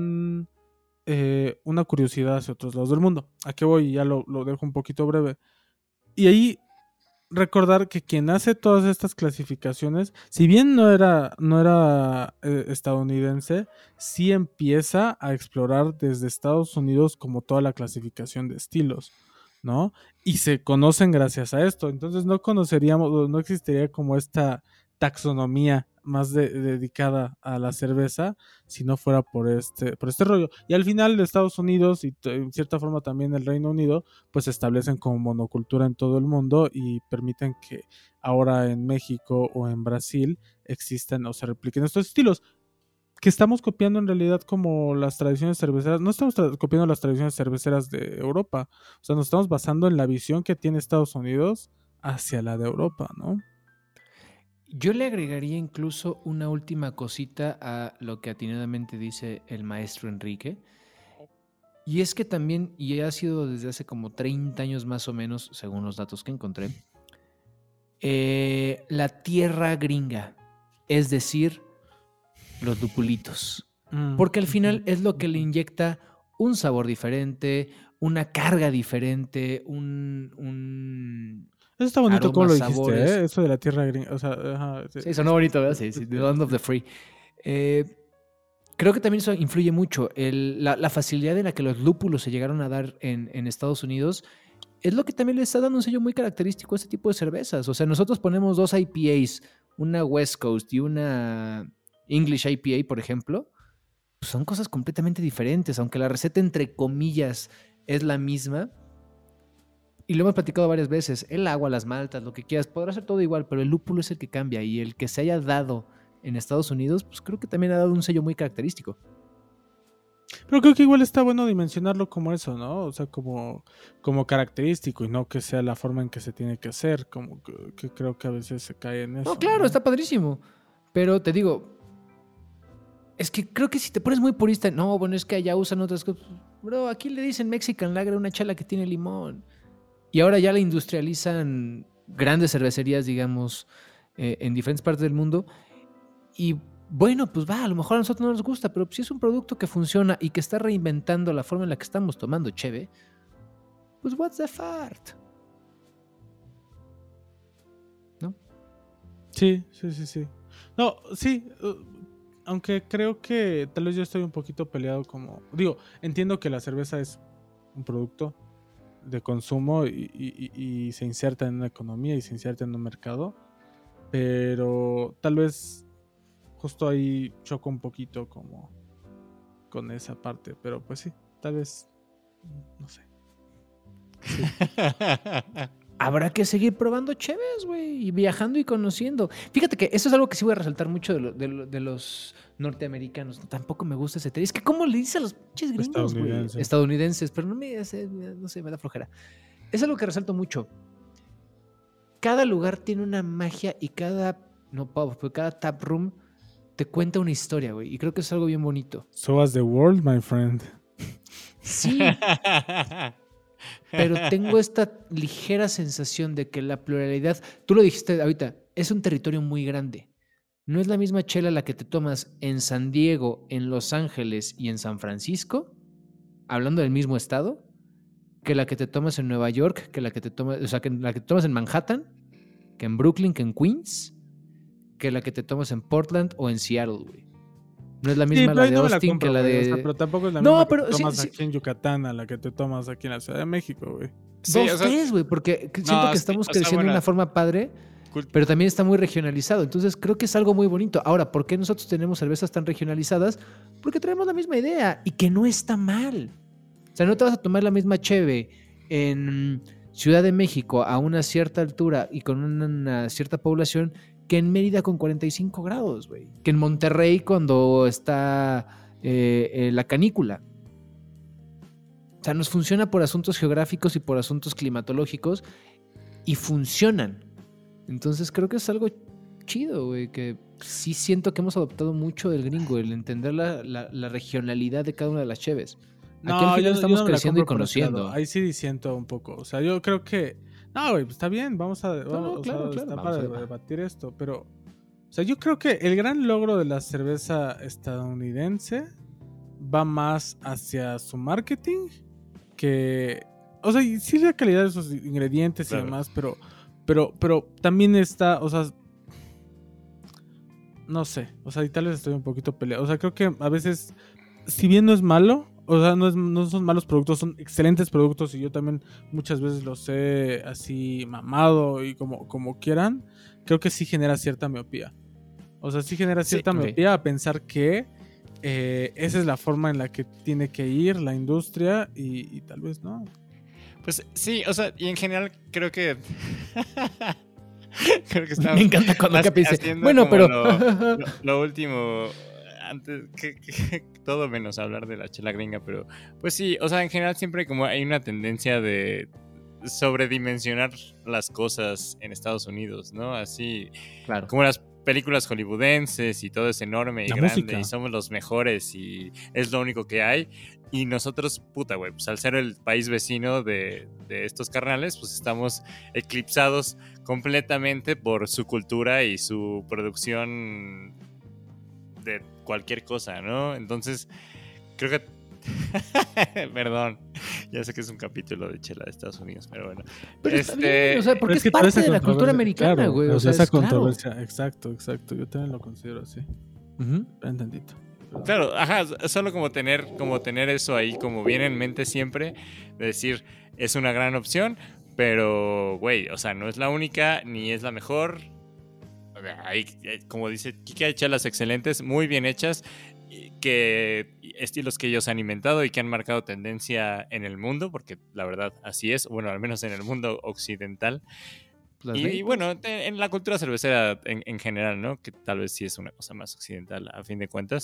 una curiosidad hacia otros lados del mundo. ¿A qué voy? Ya lo dejo un poquito breve. Y ahí recordar que quien hace todas estas clasificaciones, si bien no era estadounidense, sí empieza a explorar desde Estados Unidos como toda la clasificación de estilos, ¿no? Y se conocen gracias a esto. Entonces no existiría como esta taxonomía más dedicada a la cerveza si no fuera por este rollo. Y al final Estados Unidos y en cierta forma también el Reino Unido pues se establecen como monocultura en todo el mundo y permiten que ahora en México o en Brasil existan o se repliquen estos estilos. Que estamos copiando en realidad como las tradiciones cerveceras, no estamos copiando las tradiciones cerveceras de Europa, o sea, nos estamos basando en la visión que tiene Estados Unidos hacia la de Europa, ¿no? Yo le agregaría incluso una última cosita a lo que atinadamente dice el maestro Enrique. Y es que también, y ha sido desde hace como 30 años más o menos, según los datos que encontré, la tierra gringa, es decir, los lupulitos. Porque al final es lo que le inyecta un sabor diferente, una carga diferente, Eso está bonito aromas, como lo dijiste, sabores. Eso de la tierra gringa, o sea, ajá, Sí, sonó bonito, ¿verdad? Sí, The Land of the Free. Creo que también eso influye mucho. La facilidad en la que los lúpulos se llegaron a dar en Estados Unidos es lo que también le está dando un sello muy característico a este tipo de cervezas. O sea, nosotros ponemos dos IPAs, una West Coast y una English IPA, por ejemplo, pues son cosas completamente diferentes, aunque la receta, entre comillas, es la misma. Y lo hemos platicado varias veces, el agua, las maltas, lo que quieras, podrá ser todo igual, pero el lúpulo es el que cambia, y el que se haya dado en Estados Unidos, pues creo que también ha dado un sello muy característico. Pero creo que igual está bueno dimensionarlo como eso, ¿no? O sea, como característico y no que sea la forma en que se tiene que hacer, como que creo que a veces se cae en eso. No, claro, está padrísimo, pero te digo, es que creo que si te pones muy purista, no, bueno, es que allá usan otras cosas. Bro, aquí le dicen Mexican Lager a una chala que tiene limón. Y ahora ya la industrializan grandes cervecerías, digamos, en diferentes partes del mundo. Y bueno, pues va, a lo mejor a nosotros no nos gusta, pero si es un producto que funciona y que está reinventando la forma en la que estamos tomando cheve, pues what's the fart? ¿No? Sí. No, sí, aunque creo que tal vez yo estoy un poquito peleado como... Digo, entiendo que la cerveza es un producto de consumo y se inserta en una economía y se inserta en un mercado, pero tal vez justo ahí choco un poquito como con esa parte, pero pues sí, tal vez, no sé. Sí. Habrá que seguir probando cheves, güey, y viajando y conociendo. Fíjate que eso es algo que sí voy a resaltar mucho de los norteamericanos. Tampoco me gusta ese tema. Es que ¿cómo le dice a los pinches gringos, güey? Estadounidenses, pero no sé, me da flojera. Es algo que resalto mucho. Cada lugar tiene una magia y cada tap room te cuenta una historia, güey. Y creo que es algo bien bonito. So as the world, my friend. Sí. Pero tengo esta ligera sensación de que la pluralidad, tú lo dijiste ahorita, es un territorio muy grande. No es la misma chela la que te tomas en San Diego, en Los Ángeles y en San Francisco, hablando del mismo estado, que la que te tomas en Nueva York, que la que te tomas, o sea, que la que te tomas en Manhattan, que en Brooklyn, que en Queens, que la que te tomas en Portland o en Seattle, güey. No es la misma la de Austin que la de... O sea, pero tampoco es la misma que te tomas aquí en Yucatán a la que te tomas aquí en la Ciudad de México, güey. Sí, tres, güey, porque siento que estamos creciendo de una forma padre, pero también está muy regionalizado. Entonces creo que es algo muy bonito. Ahora, ¿por qué nosotros tenemos cervezas tan regionalizadas? Porque tenemos la misma idea y que no está mal. O sea, no te vas a tomar la misma cheve en Ciudad de México a una cierta altura y con una cierta población que en Mérida con 45 grados, güey. Que en Monterrey cuando está la canícula. O sea, nos funciona por asuntos geográficos y por asuntos climatológicos y funcionan. Entonces creo que es algo chido, güey, que sí siento que hemos adoptado mucho del gringo, el entender la regionalidad de cada una de las cheves. Aquí al final estamos creciendo y conociendo. Ahí sí disiento un poco. O sea, yo creo que... No, güey, pues está bien, claro, está para debatir esto, pero... O sea, yo creo que el gran logro de la cerveza estadounidense va más hacia su marketing que... O sea, sí la calidad de sus ingredientes y demás, pero también está, o sea... No sé, o sea, y tal vez estoy un poquito peleado. O sea, creo que a veces, si bien no es malo, o sea, no son malos productos, son excelentes productos y yo también muchas veces los he así mamado y como quieran, creo que sí genera cierta miopía. O sea, sí genera cierta Sí, ok. miopía a pensar que esa es la forma en la que tiene que ir la industria y tal vez no. Pues sí, o sea, y en general creo que creo que Me estamos encanta cuando Capi dice, haciendo bueno, como pero... lo último antes que todo menos hablar de la chela gringa, pero pues sí, o sea, en general siempre como hay una tendencia de sobredimensionar las cosas en Estados Unidos, ¿no? Así Claro. como las películas hollywoodenses y todo es enorme y La grande música. y somos los mejores y es lo único que hay. Y nosotros, puta, güey, pues al ser el país vecino de estos carnales, pues estamos eclipsados completamente por su cultura y su producción de cualquier cosa, ¿no? Entonces, creo que... Perdón, ya sé que es un capítulo de chela de Estados Unidos, pero bueno. Pero está bien, o sea, porque Pero es que toda parte esa de la cultura controversia, americana, claro, güey. o O sea, sea, esa es claro. controversia, exacto. Yo también lo considero así. Entendito. Claro, ajá, solo como tener eso ahí como bien en mente siempre, de decir, es una gran opción, pero, güey, o sea, no es la única, ni es la mejor. Hay, como dice Kike, hay chelas excelentes, muy bien hechas, que estilos que ellos han inventado y que han marcado tendencia en el mundo, porque la verdad así es, bueno, al menos en el mundo occidental. Las Y gringas. bueno, en la cultura cervecera en general, ¿no? Que tal vez sí es una cosa más occidental a fin de cuentas.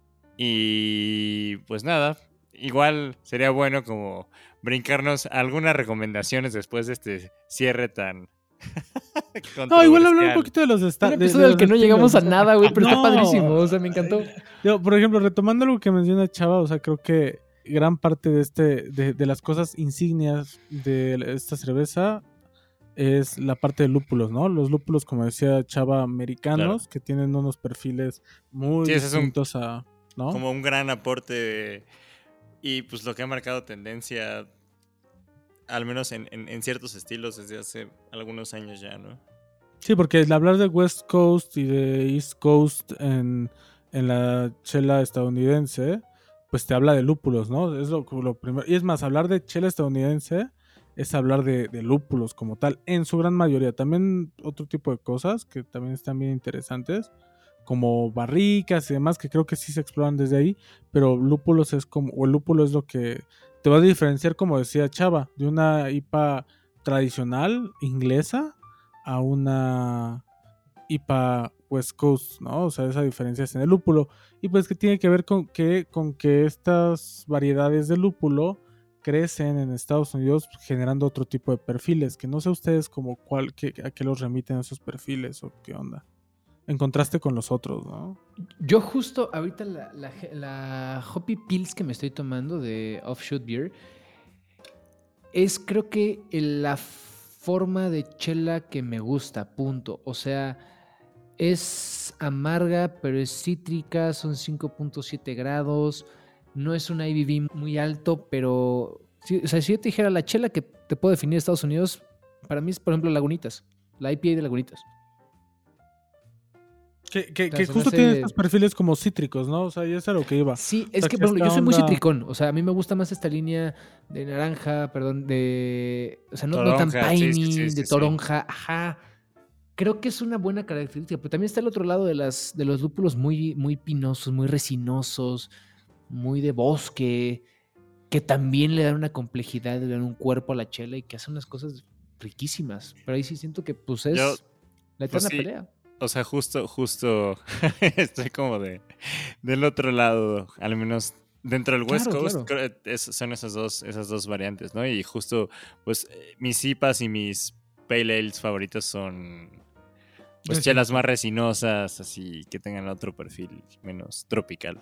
Y pues nada, igual sería bueno como brincarnos algunas recomendaciones después de este cierre tan No, igual hablar un controversial. poquito de los Un estados. episodio al que no llegamos a nada, güey, pero está No. padrísimo. O sea, me encantó. Yo, por ejemplo, retomando algo que menciona Chava, o sea, creo que gran parte de las cosas insignias de esta cerveza es la parte de lúpulos, ¿no? Los lúpulos, como decía Chava, americanos, Claro. que tienen unos perfiles muy Sí, ese es distintos a, ¿no? como un gran aporte y pues lo que ha marcado tendencia, al menos en ciertos estilos desde hace algunos años ya, ¿no? Sí, porque el hablar de West Coast y de East Coast en la chela estadounidense, pues te habla de lúpulos, ¿no? Es lo primero. Y es más, hablar de chela estadounidense es hablar de lúpulos como tal, en su gran mayoría. También otro tipo de cosas que también están bien interesantes, como barricas y demás, que creo que sí se exploran desde ahí, pero lúpulos es como, o el lúpulo es lo que te va a diferenciar, como decía Chava, de una IPA tradicional inglesa a una IPA West Coast, ¿no? O sea, esa diferencia es en el lúpulo. Y pues que tiene que ver con que estas variedades de lúpulo crecen en Estados Unidos generando otro tipo de perfiles, que no sé ustedes como a qué los remiten esos perfiles o qué onda. En contraste con los otros, ¿no? Yo justo ahorita la Hoppy Pills que me estoy tomando de Offshoot Beer es creo que la forma de chela que me gusta, punto. O sea, es amarga, pero es cítrica, son 5.7 grados, no es un IBV muy alto, pero o sea, si yo te dijera la chela que te puedo definir Estados Unidos, para mí es, por ejemplo, Lagunitas, la IPA de Lagunitas. Que justo tienen estos perfiles como cítricos, ¿no? O sea, ya es a lo que iba. Sí, O es sea, que, por ejemplo, yo esta soy muy onda- citricón. O sea, a mí me gusta más esta línea de naranja, perdón, de... O sea, no tan Toronja, piney, sí. de toronja, ajá. Creo que es una buena característica, pero también está el otro lado de los lúpulos muy, muy pinosos, muy resinosos, muy de bosque, que también le dan una complejidad, le dan un cuerpo a la chela y que hacen unas cosas riquísimas. Pero ahí sí siento que pues es Yo, la eterna pues sí, pelea. o sea, justo estoy como del otro lado, al menos dentro del West Claro, Coast, claro. son esas dos variantes, ¿no? Y justo, pues, mis IPAs y mis Pale Ales favoritos son, pues, chelas más resinosas, así, que tengan otro perfil menos tropical.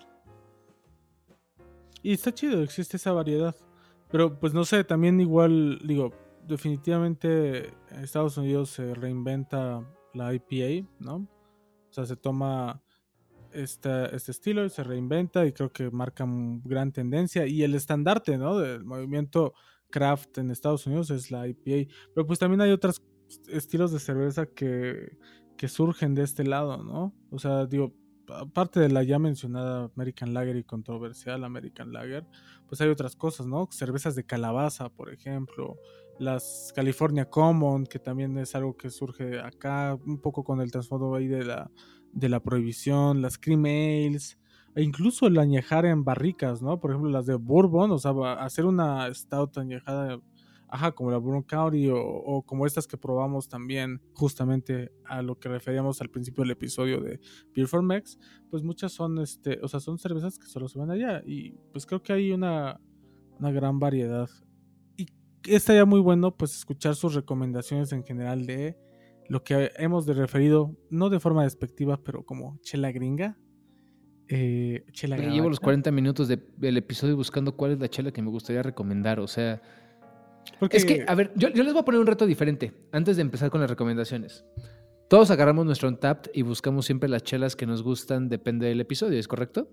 Y está chido, existe esa variedad. Pero pues no sé, también igual, digo, definitivamente en Estados Unidos se reinventa la IPA, ¿no? O sea, se toma este estilo y se reinventa y creo que marca gran tendencia. Y el estandarte, ¿no? Del movimiento craft en Estados Unidos es la IPA. Pero pues también hay otros estilos de cerveza que surgen de este lado, ¿no? O sea, digo, aparte de la ya mencionada American Lager y controversial American Lager, pues hay otras cosas, ¿no? Cervezas de calabaza, por ejemplo, las California Common, que también es algo que surge acá, un poco con el trasfondo ahí de la prohibición, las cream ales, e incluso el añejar en barricas, ¿no? Por ejemplo, las de Bourbon, o sea, hacer una stout añejada, ajá, como la Bourbon County o como estas que probamos también, justamente a lo que referíamos al principio del episodio de Beer for Mex, pues muchas son, o sea, son cervezas que solo se ven allá, y pues creo que hay una gran variedad. Y estaría muy bueno, pues, escuchar sus recomendaciones en general de lo que hemos referido, no de forma despectiva, pero como chela gringa. Chela Llevo los gabacha. 40 minutos del episodio buscando cuál es la chela que me gustaría recomendar. O sea, Porque, es que, a ver, yo les voy a poner un reto diferente antes de empezar con las recomendaciones. Todos agarramos nuestro Untappd y buscamos siempre las chelas que nos gustan, depende del episodio, ¿es correcto?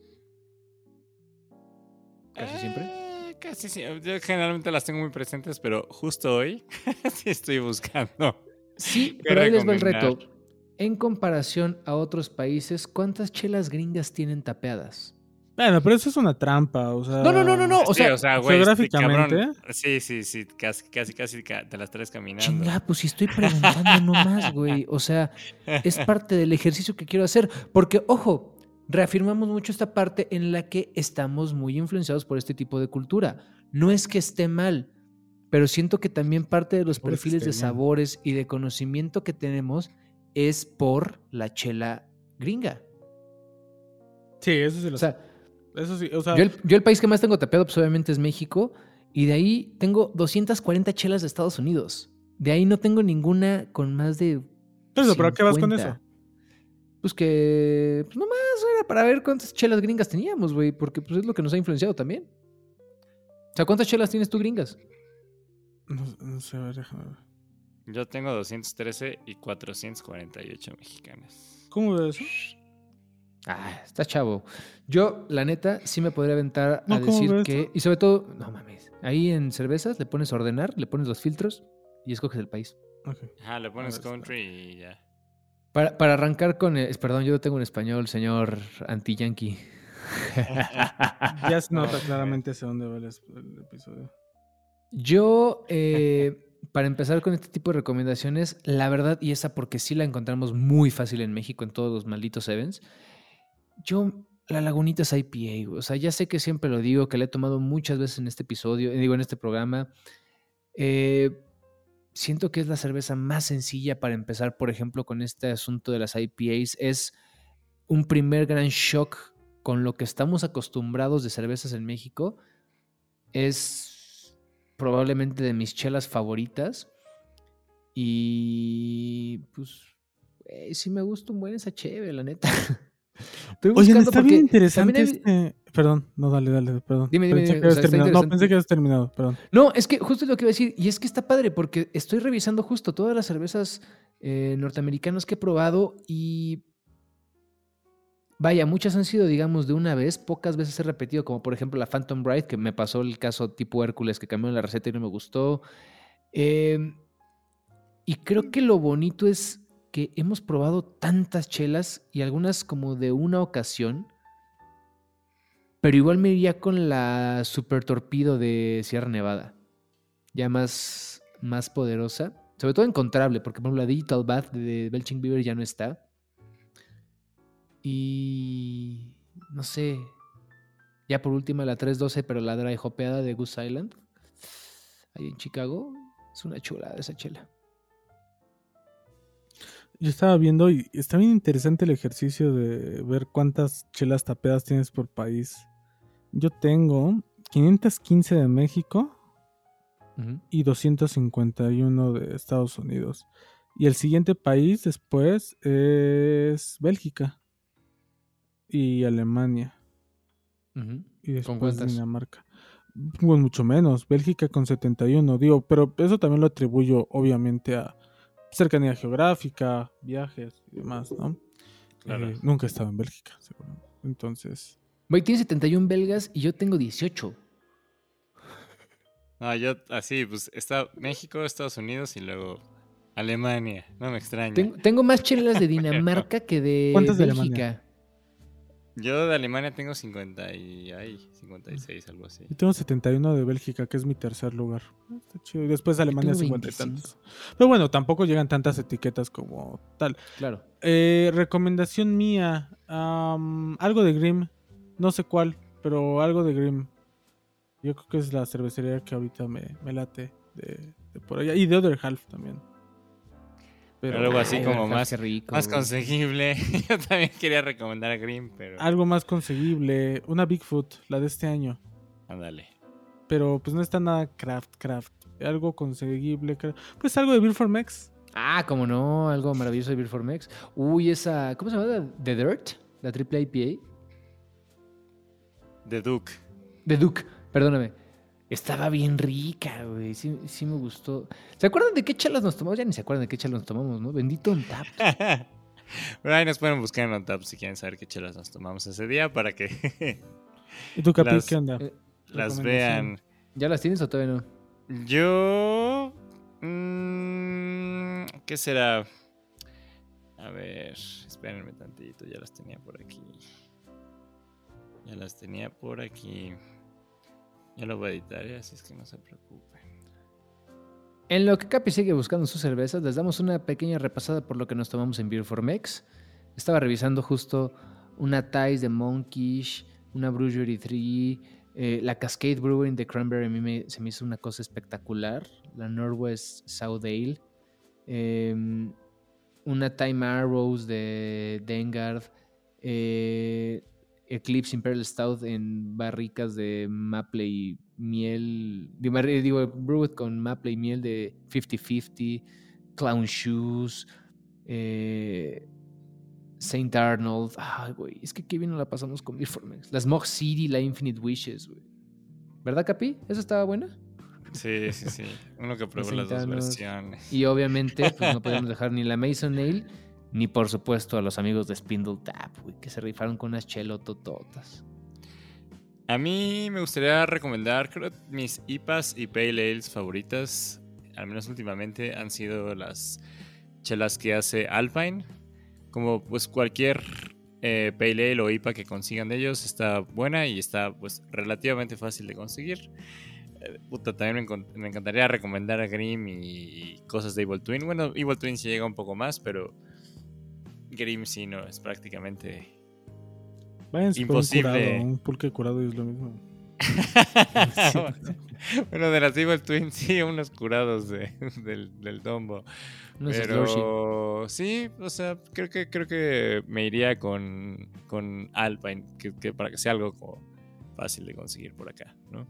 Casi siempre. Casi sí. Yo generalmente las tengo muy presentes, pero justo hoy sí estoy buscando. Sí, ¿Qué pero ahí les va el recomendar? reto. En comparación a otros países, ¿cuántas chelas gringas tienen tapeadas? bueno, pero eso es una trampa, o sea... No. O Sí, sea, güey, geográficamente. cabrón. Sí, casi te las traes caminando. chinga, pues si estoy preguntando nomás, güey. O sea, es parte del ejercicio que quiero hacer. Porque, ojo, reafirmamos mucho esta parte en la que estamos muy influenciados por este tipo de cultura. No es que esté mal, pero siento que también parte de los Tampoco es que perfiles de esté bien. sabores y de conocimiento que tenemos es por la chela gringa. Sí, eso sí lo O sea, Eso sí, o sea... yo el país que más tengo tapeado, pues obviamente es México. Y de ahí tengo 240 chelas de Estados Unidos. De ahí no tengo ninguna con más de pero ¿a qué vas con 50. eso? Pues que, pues nomás era para ver cuántas chelas gringas teníamos, güey, porque pues es lo que nos ha influenciado también. O sea, ¿cuántas chelas tienes tú gringas? No sé, a ver, déjame ver. Yo tengo 213 y 448 mexicanas. ¿Cómo ves eso? Ah, está chavo. Yo, la neta, sí me podría aventar No, a ¿cómo decir ves que, y sobre todo, no mames, ahí en cervezas le pones a ordenar, le pones los filtros y escoges el país. Ok. Ajá, le pones A ver, country y ya. Para arrancar con, perdón, yo lo tengo en español, señor anti-yankee. Ya se No, nota güey. claramente hacia dónde va el episodio. Yo, para empezar con este tipo de recomendaciones, la verdad, y esa porque sí la encontramos muy fácil en México en todos los malditos events, la Lagunita es IPA, güey. O sea, ya sé que siempre lo digo, que la he tomado muchas veces en este episodio, en este programa. Siento que es la cerveza más sencilla para empezar, por ejemplo, con este asunto de las IPAs. Es un primer gran shock con lo que estamos acostumbrados de cervezas en México. Es probablemente de mis chelas favoritas. Y pues sí me gusta un buen esa cheve, la neta. Estoy Oye, buscando está bien porque interesante también Perdón, no, dale, perdón. Dime, Pensé que o habías sea, está terminado. No, interesante. pensé que habías terminado, perdón. No, es que justo es lo que iba a decir, y es que está padre porque estoy revisando justo todas las cervezas norteamericanas que he probado y vaya, muchas han sido, digamos, de una vez, pocas veces he repetido, como por ejemplo la Phantom Bride, que me pasó el caso tipo Hércules, que cambiaron la receta y no me gustó. Y creo que lo bonito es que hemos probado tantas chelas y algunas como de una ocasión, pero igual me iría con la Super Torpedo de Sierra Nevada, ya más poderosa, sobre todo encontrable, porque por ejemplo la Digital Bath de Belching Beaver ya no está. Y no sé, ya por última la 312, pero la dry hopeada de Goose Island, ahí en Chicago, es una chulada esa chela. Yo estaba viendo y está bien interesante el ejercicio de ver cuántas chelas tapeadas tienes por país. Yo tengo 515 de México y 251 de Estados Unidos. Y el siguiente país después es Bélgica y Alemania. Y después ¿Con cuántas? Dinamarca. Pues mucho menos. Bélgica con 71. Digo, pero eso también lo atribuyo obviamente a cercanía geográfica, viajes y demás, ¿no? Claro. Nunca he estado en Bélgica, seguro. Entonces... Güey, tiene 71 belgas y yo tengo 18. No, yo así, pues está México, Estados Unidos y luego Alemania. No me extraña. Tengo más chelas de Dinamarca que de ¿Cuántas de Bélgica. Alemania? Yo de Alemania tengo 56, algo así. Yo tengo 71 de Bélgica, que es mi tercer lugar. Está chido. Y después Alemania tengo 50 y 25. tantos. Pero bueno, tampoco llegan tantas etiquetas como tal. Claro. Recomendación mía. Algo de Grimm. No sé cuál, pero algo de Grimm. Yo creo que es la cervecería que ahorita me late de por allá. Y de Other Half también. Pero algo así como Overhaul, más, qué rico, más güey. conseguible. Yo también quería recomendar a Grimm, pero... Algo más conseguible. Una Bigfoot, la de este año. Ándale. Pero pues no está nada craft. Algo conseguible. Pues algo de Beer for Mex. Ah, como no, algo maravilloso de Beer for Mex. Uy, esa, ¿cómo se llama? The Dirt, la triple IPA. The Duke. The Duke, perdóname. Estaba bien rica, güey. Sí me gustó. ¿Se acuerdan de qué chelas nos tomamos? Ya ni se acuerdan de qué chelas nos tomamos, ¿no? Bendito Untappd. Pero ahí nos pueden buscar en OnTap si quieren saber qué chelas nos tomamos ese día para que ¿Y tu Capi, Las- qué onda? las Recomendación. vean. ¿Ya las tienes o todavía no? Yo... ¿qué será? A ver, espérenme tantito, ya las tenía por aquí. Ya lo voy a editar, así es que no se preocupen. En lo que Capi sigue buscando sus cervezas, les damos una pequeña repasada por lo que nos tomamos en Beer for Mex. Estaba revisando justo una Thais de Monkish, una Brewery 3, la Cascade Brewing de Cranberry a mí se me hizo una cosa espectacular. La Northwest South Ale. Una Time Arrows de Dengard. Eclipse Imperial Stout en barricas de maple y miel. Brewed con maple y miel de 50-50. Clown Shoes. Saint Arnold. Ay, güey. Es que qué bien nos la pasamos con Beer for Mex. La Smog City, la Infinite Wishes, güey. ¿Verdad, Capi? ¿Esa estaba buena? Sí. Uno que probó las dos Saint Arnold. versiones. Y obviamente, pues no podíamos dejar ni la Mason Ale, ni por supuesto a los amigos de Spindle Tap, güey, que se rifaron con unas chelotototas. A mí me gustaría recomendar, creo, mis IPAs y Pale Ales favoritas, al menos últimamente, han sido las chelas que hace Alpine. Como pues cualquier Pale Ale o IPA que consigan de ellos está buena y está pues relativamente fácil de conseguir. También me encantaría recomendar a Grimm y cosas de Evil Twin. Bueno, Evil Twin sí llega un poco más, pero Grimm sí no, es prácticamente Váyanse imposible. por un curado. Un pulque curado es lo mismo. Bueno, de las Evil Twin sí, unos curados del Dombo. Unos Pero slushy. sí, o sea, creo que me iría con Alpine, que para que sea algo como fácil de conseguir por acá, ¿no?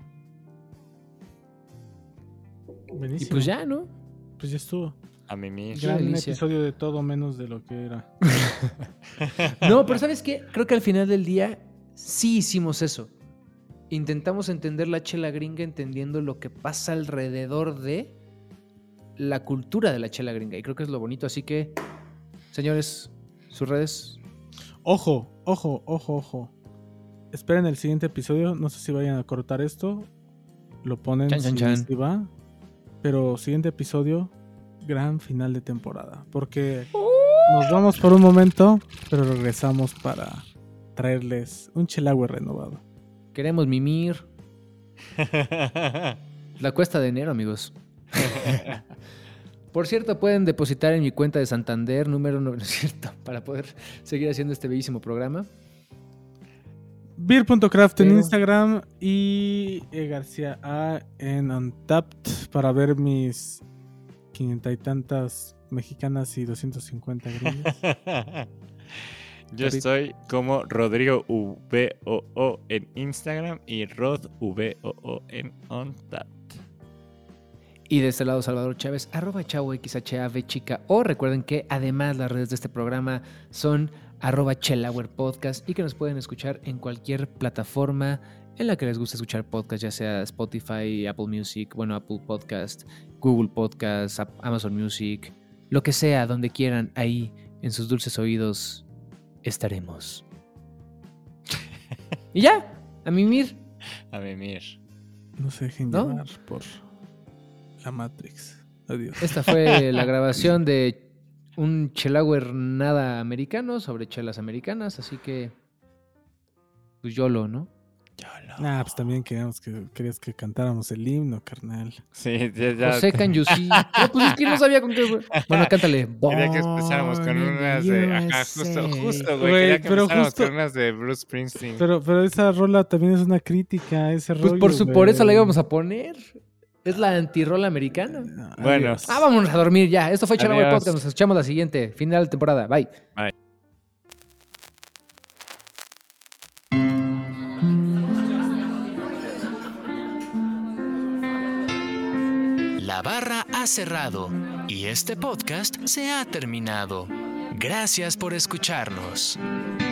Buenísimo. Y pues ya, ¿no? Pues ya estuvo. A mimir. Qué Gran delicia. episodio de todo menos de lo que era. No, pero ¿sabes qué? Creo que al final del día sí hicimos eso. Intentamos entender la chela gringa entendiendo lo que pasa alrededor de la cultura de la chela gringa. Y creo que es lo bonito. Así que, señores, sus redes. Ojo. Esperen el siguiente episodio. No sé si vayan a cortar esto. Lo ponen Chan, chan, si chan. va. Pero siguiente episodio, gran final de temporada. Porque nos vamos por un momento, pero regresamos para traerles un Chelagüe renovado. Queremos mimir. La cuesta de enero, amigos. Por cierto, pueden depositar en mi cuenta de Santander, número 9, ¿no es cierto? Para poder seguir haciendo este bellísimo programa. Beer.craft en Pero- Instagram y García A en Untapped para ver mis 500 y tantas mexicanas y 250 gringas. Yo estoy como Rodrigo VOO en Instagram y Rod VOO en OnTap. Y de este lado, Salvador Chávez, @chavoxhav chica. O recuerden que además las redes de este programa son @chelauerpodcast y que nos pueden escuchar en cualquier plataforma en la que les guste escuchar podcast, ya sea Spotify, Apple Music, Apple Podcast, Google Podcast, Amazon Music, lo que sea, donde quieran, ahí en sus dulces oídos estaremos. Y ya, a mimir. A mimir. No se dejen ¿No? llevar por la Matrix. Adiós. Esta fue la grabación de un Chelauer nada americano sobre chelas americanas, así que pues YOLO, ¿no? Nah, pues también querías que cantáramos el himno, carnal. Sí, ya. José Can You See. No, pues es que no sabía con qué. Bueno, cántale. Quería que empezáramos con unas de. Ajá, justo, güey. Güey, Quería que pero empezáramos justo- con unas de Bruce Springsteen. Pero esa rola también es una crítica a ese Pues rollo. por eso la íbamos a poner. Es la antirrola americana. Bueno. Adiós. Vámonos a dormir ya. Esto fue Chalaboy Adiós. Podcast. Nos escuchamos la siguiente. Final de temporada. Bye. La barra ha cerrado y este podcast se ha terminado. Gracias por escucharnos.